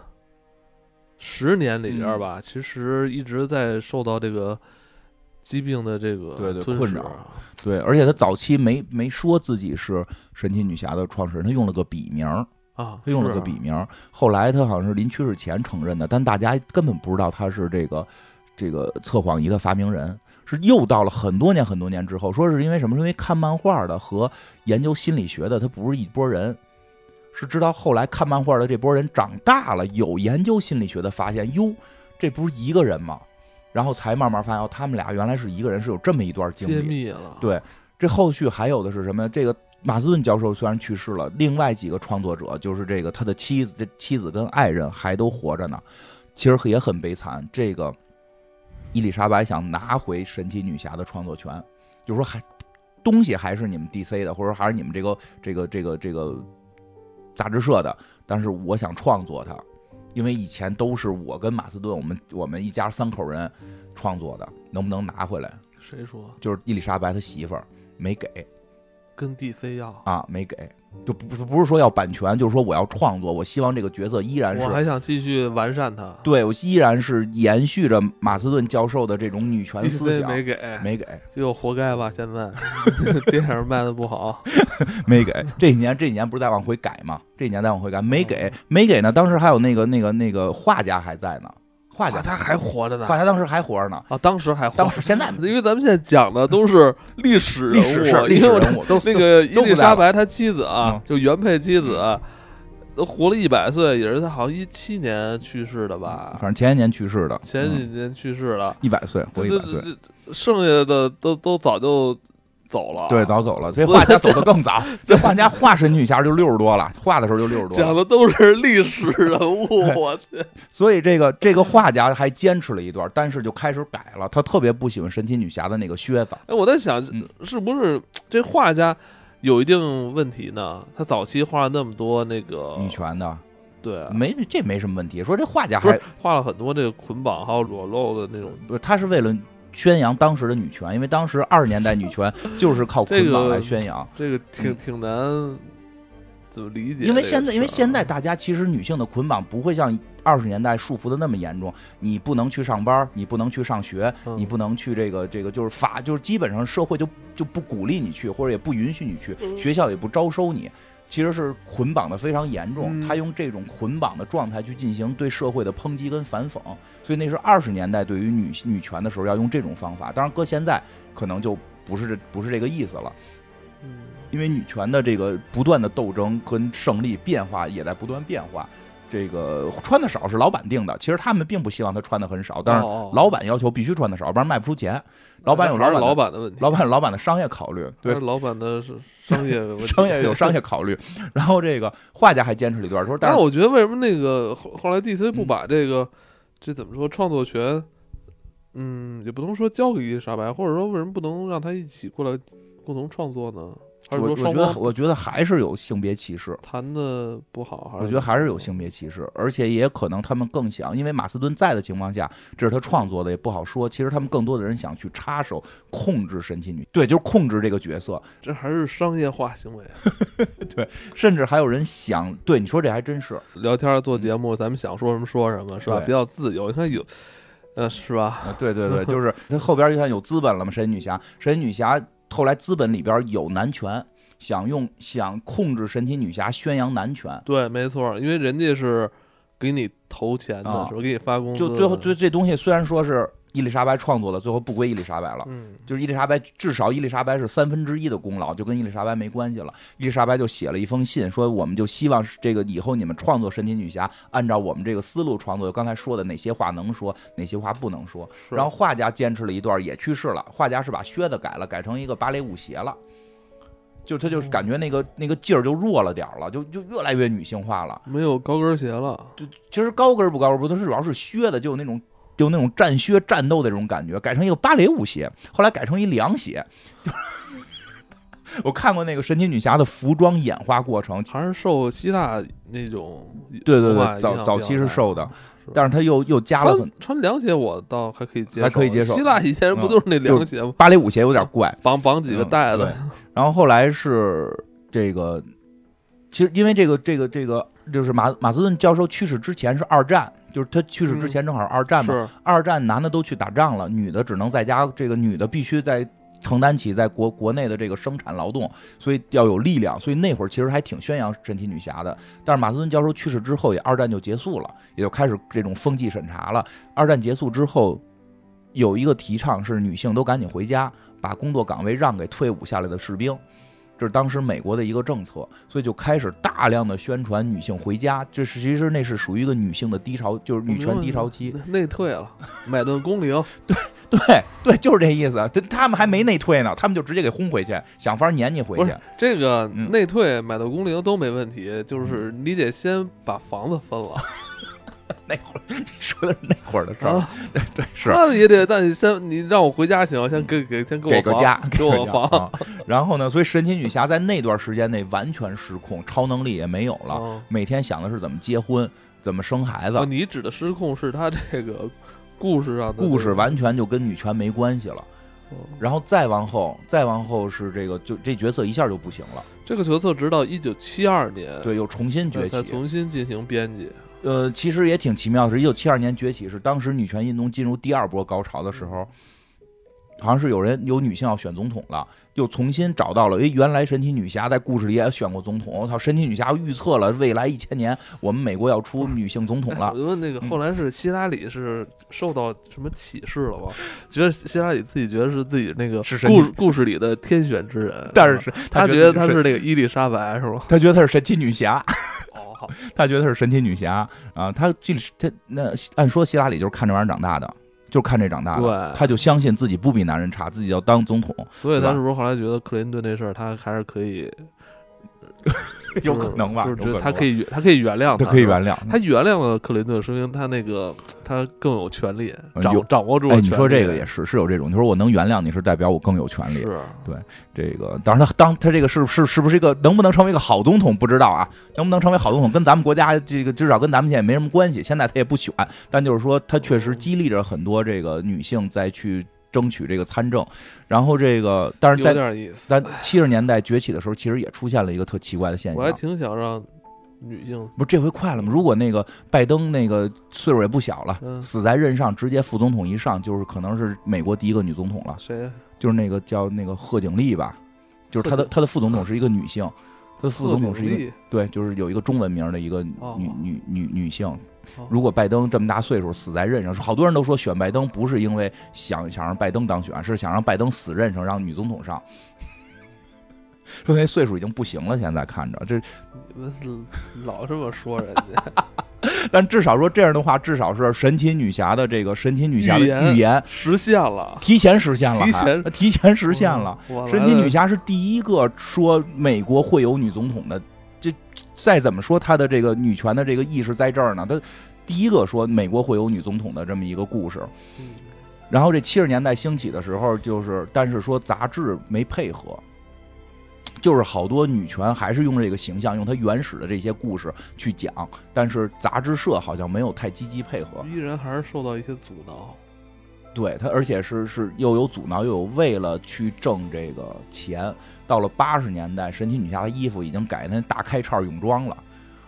10年里边吧，其实一直在受到这个疾病的这个困扰。对，而且他早期没说自己是神奇女侠的创始人，他用了个笔名啊， 他用了个笔名。后来他好像是临去世前承认的，但大家根本不知道他是这个测谎仪的发明人。是又到了很多年之后，说是因为什么？是因为看漫画的和研究心理学的，他不是一拨人。 是直到后来看漫画的这波人长大了，有研究心理学的发现，哟，这不是一个人吗？然后才慢慢发现，他们俩原来是一个人，是有这么一段经历。 揭秘了。 对，这后续还有的是什么？这个马斯顿教授虽然去世了，另外几个创作者，就是这个他的妻子跟爱人还都活着呢，其实也很悲惨。这个伊丽莎白想拿回神奇女侠的创作权，就是说东西还是你们 DC 的，或者还是你们这个杂志社的，但是我想创作它，因为以前都是我跟马斯顿我们一家3口人创作的，能不能拿回来？ 谁说？ 就是伊丽莎白她媳妇儿没给， 跟 DC 要啊，没给，就不是说要版权，就是说我要创作，我希望这个角色依然是， 我还想继续完善它。 对，我依然是延续着马斯顿教授的这种女权思想。没给， 就活该吧。现在电影卖的不好， 没给。这几年不是在往回改吗？这几年在往回改，没给呢。当时还有那个画家还在呢。画家还活着呢， 画家当时还活着呢啊，当时现在， 因为咱们现在讲的都是历史人物，都那个伊丽莎白他妻子啊，就原配妻子，都活了100岁，也是他好像17年去世的吧， 反正前几年去世的，100岁，活100岁， 剩下的都早就走了， 对，早走了。这画家走得更早，这画家画神奇女侠就60多了，画的时候就60多了。 讲的都是历史人物，我天！ 所以这个画家还坚持了一段，但是就开始改了。他特别不喜欢神奇女侠的那个靴子。 哎，我在想，是不是这画家有一定问题呢？他早期画了那么多那个女权的， 对， 这没什么问题。说这画家还画了很多这个捆绑还有裸露的那种， 不是，他是为了宣扬当时的女权，因为当时20年代女权就是靠捆绑来宣扬， 这个挺难怎么理解？ 因为现在大家其实女性的捆绑不会像20年代束缚的那么严重，你不能去上班，你不能去上学，你不能去这个就是基本上社会就不鼓励你去，或者也不允许你去，学校也不招收你。其实是捆绑的非常严重，他用这种捆绑的状态去进行对社会的抨击跟反讽，所以那是20年代对于女权的时候要用这种方法。当然搁现在可能就不是这个意思了，因为女权的这个不断的斗争跟胜利变化也在不断变化。这个穿的少是老板定的，其实他们并不希望他穿的很少，但是老板要求必须穿的少，不然卖不出钱。老板有老板的问题， 老板的商业考虑，对， 老板的是商业问题， 商业考虑。然后这个画家还坚持了一段说，但是我觉得为什么那个后来 DC 不把这怎么说创作权，也不能说交给伊丽莎白，或者说为什么不能让他一起过来共同创作呢？ 我觉得还是有性别歧视， 谈的不好。 我觉得还是有性别歧视，而且也可能他们更想，因为马斯顿在的情况下，这是他创作的，也不好说。其实他们更多的人想去插手控制神奇女，对，就是控制这个角色， 这还是商业化行为。 对，甚至还有人想，对你说这还真是聊天做节目，咱们想说什么说什么，是吧？比较自由，你看有。是吧？ 对，就是他后边就算有资本了嘛。神奇女侠后来资本里边有男权，想控制神奇女侠，宣扬男权。对， 没错，因为人家是给你投钱的，是吧？给你发工资。 就最后这东西虽然说是伊丽莎白创作的，最后不归伊丽莎白了。就是伊丽莎白，至少伊丽莎白是1/3的功劳，就跟伊丽莎白没关系了。伊丽莎白就写了一封信，说我们就希望这个以后你们创作神奇女侠，按照我们这个思路创作。刚才说的哪些话能说，哪些话不能说。然后画家坚持了一段，也去世了。画家是把靴子改了，改成一个芭蕾舞鞋了。就他就是感觉那个劲儿就弱了点了，就越来越女性化了， 没有高跟鞋了。 就其实高跟不高跟不，它主要是靴子，就有那种战靴战斗的这种感觉，改成一个芭蕾舞鞋，后来改成一凉鞋。我看过那个神奇女侠的服装演化过程， 还是受希腊那种， 对，早期是受的，但是他又加了穿凉鞋，我倒还可以接受。希腊以前人不都是那凉鞋吗？ 芭蕾舞鞋有点怪， 绑几个带子。 然后后来是这个，其实因为这个就是马斯顿教授去世之前是2战。就是他去世之前正好是2战嘛，2战男的都去打仗了，女的只能在家，这个女的必须在承担起在国内的这个生产劳动，所以要有力量，所以那会儿其实还挺宣扬神奇女侠的。但是马斯顿教授去世之后，也2战就结束了，也就开始这种风纪审查了。2战结束之后，有一个提倡是女性都赶紧回家，把工作岗位让给退伍下来的士兵。 这是当时美国的一个政策，所以就开始大量的宣传女性回家，这是其实那是属于一个女性的低潮，就是女权低潮期， 内退了，买顿工龄， 对，就是这意思。他们还没内退呢，他们就直接给轰回去，想法撵你回去。 这个内退、买到工龄都没问题，就是你得先把房子分了。 那会儿你说的是那会儿的事儿，对是。 那也得，但你让我回家行，先给我个家， 给我房。 然后呢，所以神奇女侠在那段时间内完全失控，超能力也没有了，每天想的是怎么结婚，怎么生孩子。 你指的失控是他这个故事上的故事完全就跟女权没关系了。然后再往后是这个，就这角色一下就不行了。 这个角色直到1972年， 对，又重新崛起， 重新进行编辑。 其实也挺奇妙的是，1972年崛起是当时女权运动进入第二波高潮的时候，好像是有女性要选总统了，又重新找到了，原来神奇女侠在故事里也选过总统，神奇女侠预测了未来1000年我们美国要出女性总统了。 我就问那个后来是希拉里是受到什么启示了吗？觉得希拉里自己觉得是自己那个故事里的天选之人， 但是他觉得他是那个伊丽莎白是吗？ 他觉得他是神奇女侠。他觉得他是神奇女侠啊，他那按说希拉里就是看这玩意儿长大的，就是看这长大的， 对， 他就相信自己不比男人差，自己要当总统， 所以他是不是后来觉得克林顿这事儿他还是可以？ 有可能吧， 就是他可以原谅他， 可以原谅他原谅了克林顿，说明他那个他更有权利，掌握住了权利。 你说这个也是有这种，你说我能原谅你是代表我更有权利， 是对这个。当然他这个是不是一个能不能成为一个好总统不知道啊，能不能成为好总统跟咱们国家这个至少跟咱们现在没什么关系，现在他也不选，但就是说他确实激励着很多这个女性再去争取这个参政，然后这个，但是在70年代崛起的时候，其实也出现了一个特奇怪的现象。 我还挺想让女性， 不是这回快了吗？如果那个拜登那个岁数也不小了，死在任上，直接副总统一上，就是可能是美国第一个女总统了。 谁？ 就是那个叫那个贺锦丽吧，就是他的副总统是一个女性，他的副总统是一个对，就是有一个中文名的一个女性。如果拜登这么大岁数死在任上，好多人都说选拜登不是因为想让拜登当选，是想让拜登死任上，让女总统上。说那岁数已经不行了，现在看着这老这么说人家。 但至少说这样的话，至少是神奇女侠的这个神奇女侠的预言实现了， 提前实现了，提前实现了。神奇女侠是第一个说美国会有女总统的。这再怎么说他的这个女权的这个意识在这儿呢，他第一个说美国会有女总统的这么一个故事。然后这70年代兴起的时候，但是说杂志没配合，就是好多女权还是用这个形象，用它原始的这些故事去讲，但是杂志社好像没有太积极配合， 依然还是受到一些阻挠。 对他，而且是又有阻挠，又有为了去挣这个钱。到了80年代，神奇女侠的衣服已经改那大开叉泳装了。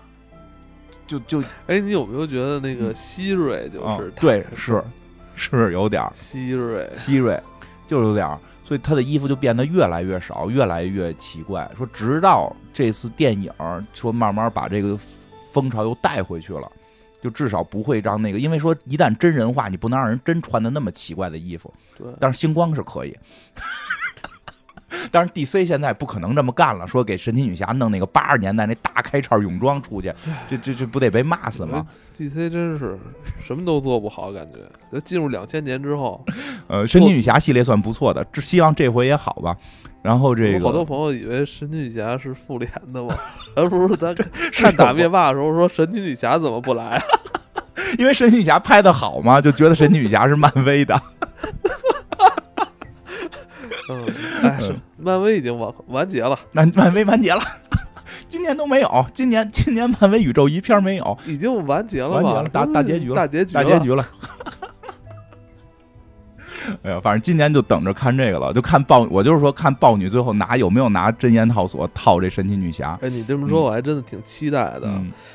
哎，你有没有觉得那个希瑞就是、 对，是有点希瑞就有点，所以他的衣服就变得越来越少，越来越奇怪。说直到这次电影说慢慢把这个风潮又带回去了。就至少不会让那个，因为说一旦真人化，你不能让人真穿的那么奇怪的衣服。 对， 但是星光是可以。但是 DC 现在不可能这么干了，说给神奇女侠弄那个80年代那大开叉泳装出去，这不得被骂死吗 ？DC 真是什么都做不好，感觉进入2000年之后， 神奇女侠系列算不错的，希望这回也好吧。然后这个好多朋友以为神奇女侠是复联的嘛，而不是他看打灭霸的时候说神奇女侠怎么不来？ 因为神奇女侠拍的好嘛，就觉得神奇女侠是漫威的。 是漫威已经完结了， 漫威完结了，今年都没有，今年漫威宇宙一片没有， 已经完结了吧？ 大结局了，大结局了。哎呀，反正今年就等着看这个了，就看我就是说看豹女最后有没有拿真烟套索套这神奇女侠。 哎，你这么说我还真的挺期待的。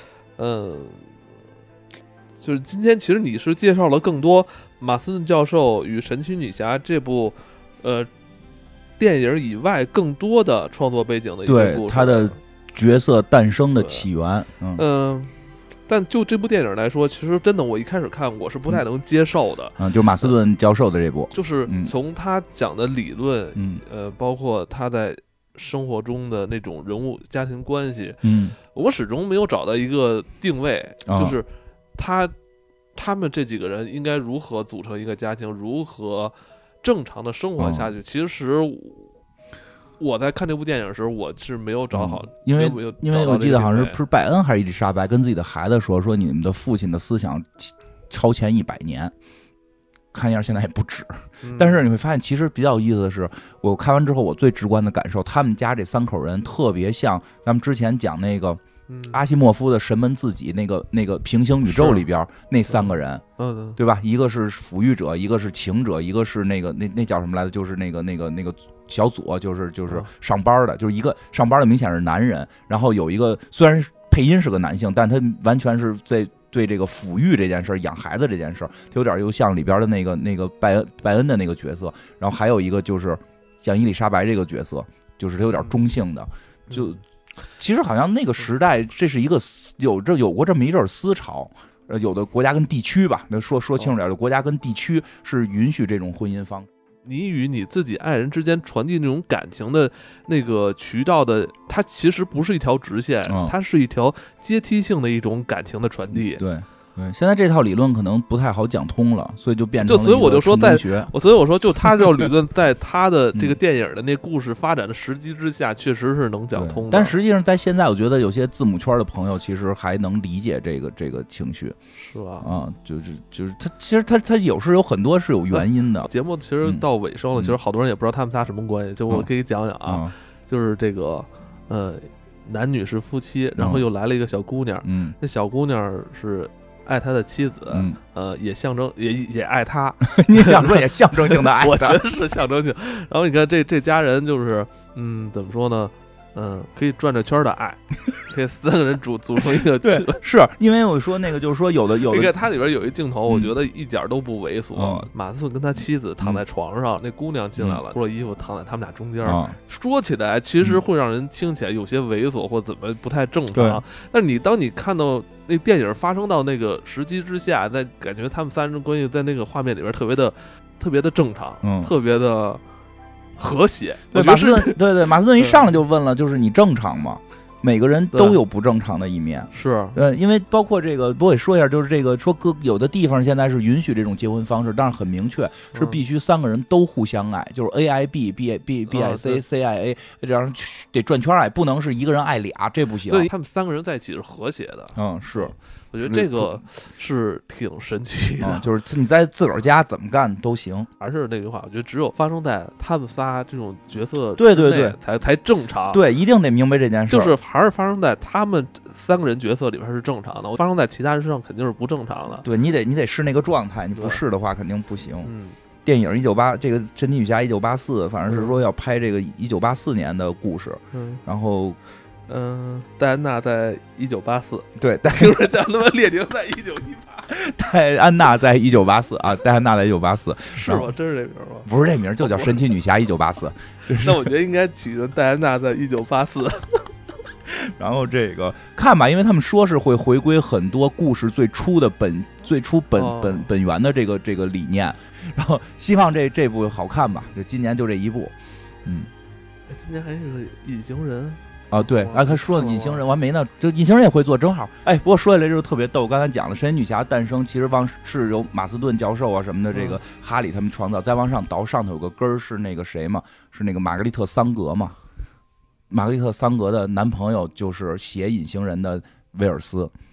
就是今天其实你是介绍了更多马斯顿教授与神奇女侠这部电影以外更多的创作背景的一些故事， 对他的角色诞生的起源。 但就这部电影来说，其实真的我一开始看我是不太能接受的。 就马斯顿教授的这部， 就是从他讲的理论，包括他在生活中的那种人物家庭关系， 我始终没有找到一个定位，就是他们这几个人应该如何组成一个家庭，如何正常的生活下去。其实我在看这部电影的时候，我是没有找好， 因为我记得好像是拜恩还是伊丽莎白跟自己的孩子说你们的父亲的思想超前100年。看样现在也不止，但是你会发现，其实比较有意思的是，我看完之后，我最直观的感受，他们家这3口人特别像咱们之前讲那个阿西莫夫的《神门自己》那个平行宇宙里边那3个人，对吧？一个是抚育者，一个是情者，一个是那叫什么来着？就是那个小左，就是上班的，就是一个上班的明显是男人，然后有一个虽然配音是个男性，但他完全是在。对这个抚育这件事，养孩子这件事，他有点又像里边的那个拜恩的那个角色，然后还有一个就是像伊丽莎白这个角色，就是他有点中性的，就其实好像那个时代，这是一个有过这么一阵思潮，有的国家跟地区吧，那说清楚点，国家跟地区是允许这种婚姻方式。 你与你自己爱人之间传递那种感情的那个渠道的，它其实不是一条直线，它是一条阶梯性的一种感情的传递。 对，现在这套理论可能不太好讲通了，所以就变成了所以我就说就他这套理论在他的这个电影的那故事发展的时机之下，确实是能讲通的。 但实际上在现在，我觉得有些字母圈的朋友其实还能理解这个情绪， 是吧？ 就是他其实他有时有很多是有原因的。 节目其实到尾声了，其实好多人也不知道他们仨什么关系，就我可以讲讲啊，就是这个男女是夫妻，然后又来了一个小姑娘，那小姑娘是爱他的妻子，也象征也爱他。 你想说也象征性的爱他？ 我觉得是象征性。然后你看这家人就是怎么说呢？可以转着圈的爱，可以3个人组成一个。 对，是因为我说那个就是说有的， 你看它里边有一镜头，我觉得一点都不猥琐。马斯顿跟他妻子躺在床上，那姑娘进来了，脱了衣服躺在他们俩中间。说起来其实会让人听起来有些猥琐或怎么不太正常，但是当你看到那电影发生到那个时机之下，再感觉他们3人关系在那个画面里边特别的正常，特别的和谐。 对，马斯顿一上来就问了，就是你正常吗？每个人都有不正常的一面， 是， 因为包括这个，我也说一下，就是这个说有的地方现在是允许这种结婚方式，但是很明确是必须3个人都互相爱，就是 AIB，BIC，CIA，这样得转圈爱，不能是一个人爱俩，这不行。 对，他们3个人在一起是和谐的。 是。 我觉得这个是挺神奇的， 就是你在自个儿家怎么干都行。 还是那句话，我觉得只有发生在他们仨这种角色对才正常。 对，一定得明白这件事。 就是还是发生在他们3个人角色里边是正常的，发生在其他人身上肯定是不正常的。 对，你得是那个状态，你不是的话肯定不行。电影198这个《神奇女侠》1984，反正是说要拍这个1984年的故事，然后。 戴安娜在1984， 对， 听说讲他妈列宁在1918， 戴安娜在1984啊，戴安娜在1984， 是吗？真是这名吗？ 不是这名，就叫神奇女侠1984。 那我觉得应该取成戴安娜在1984。 然后这个看吧，因为他们说是会回归很多故事最初本源的这个理念，然后希望这部好看吧。就今年就这一部， 今年还是个隐形人。 对，他说了隐形人，我还没呢。这隐形人也会做，正好。不过说起来就特别逗。刚才讲了，神奇女侠诞生，其实是由马斯顿教授啊什么的，这个哈里他们创造。再往上倒，上头有个根儿，是那个谁嘛？是那个玛格丽特·桑格嘛？玛格丽特·桑格的男朋友就是写隐形人的威尔斯。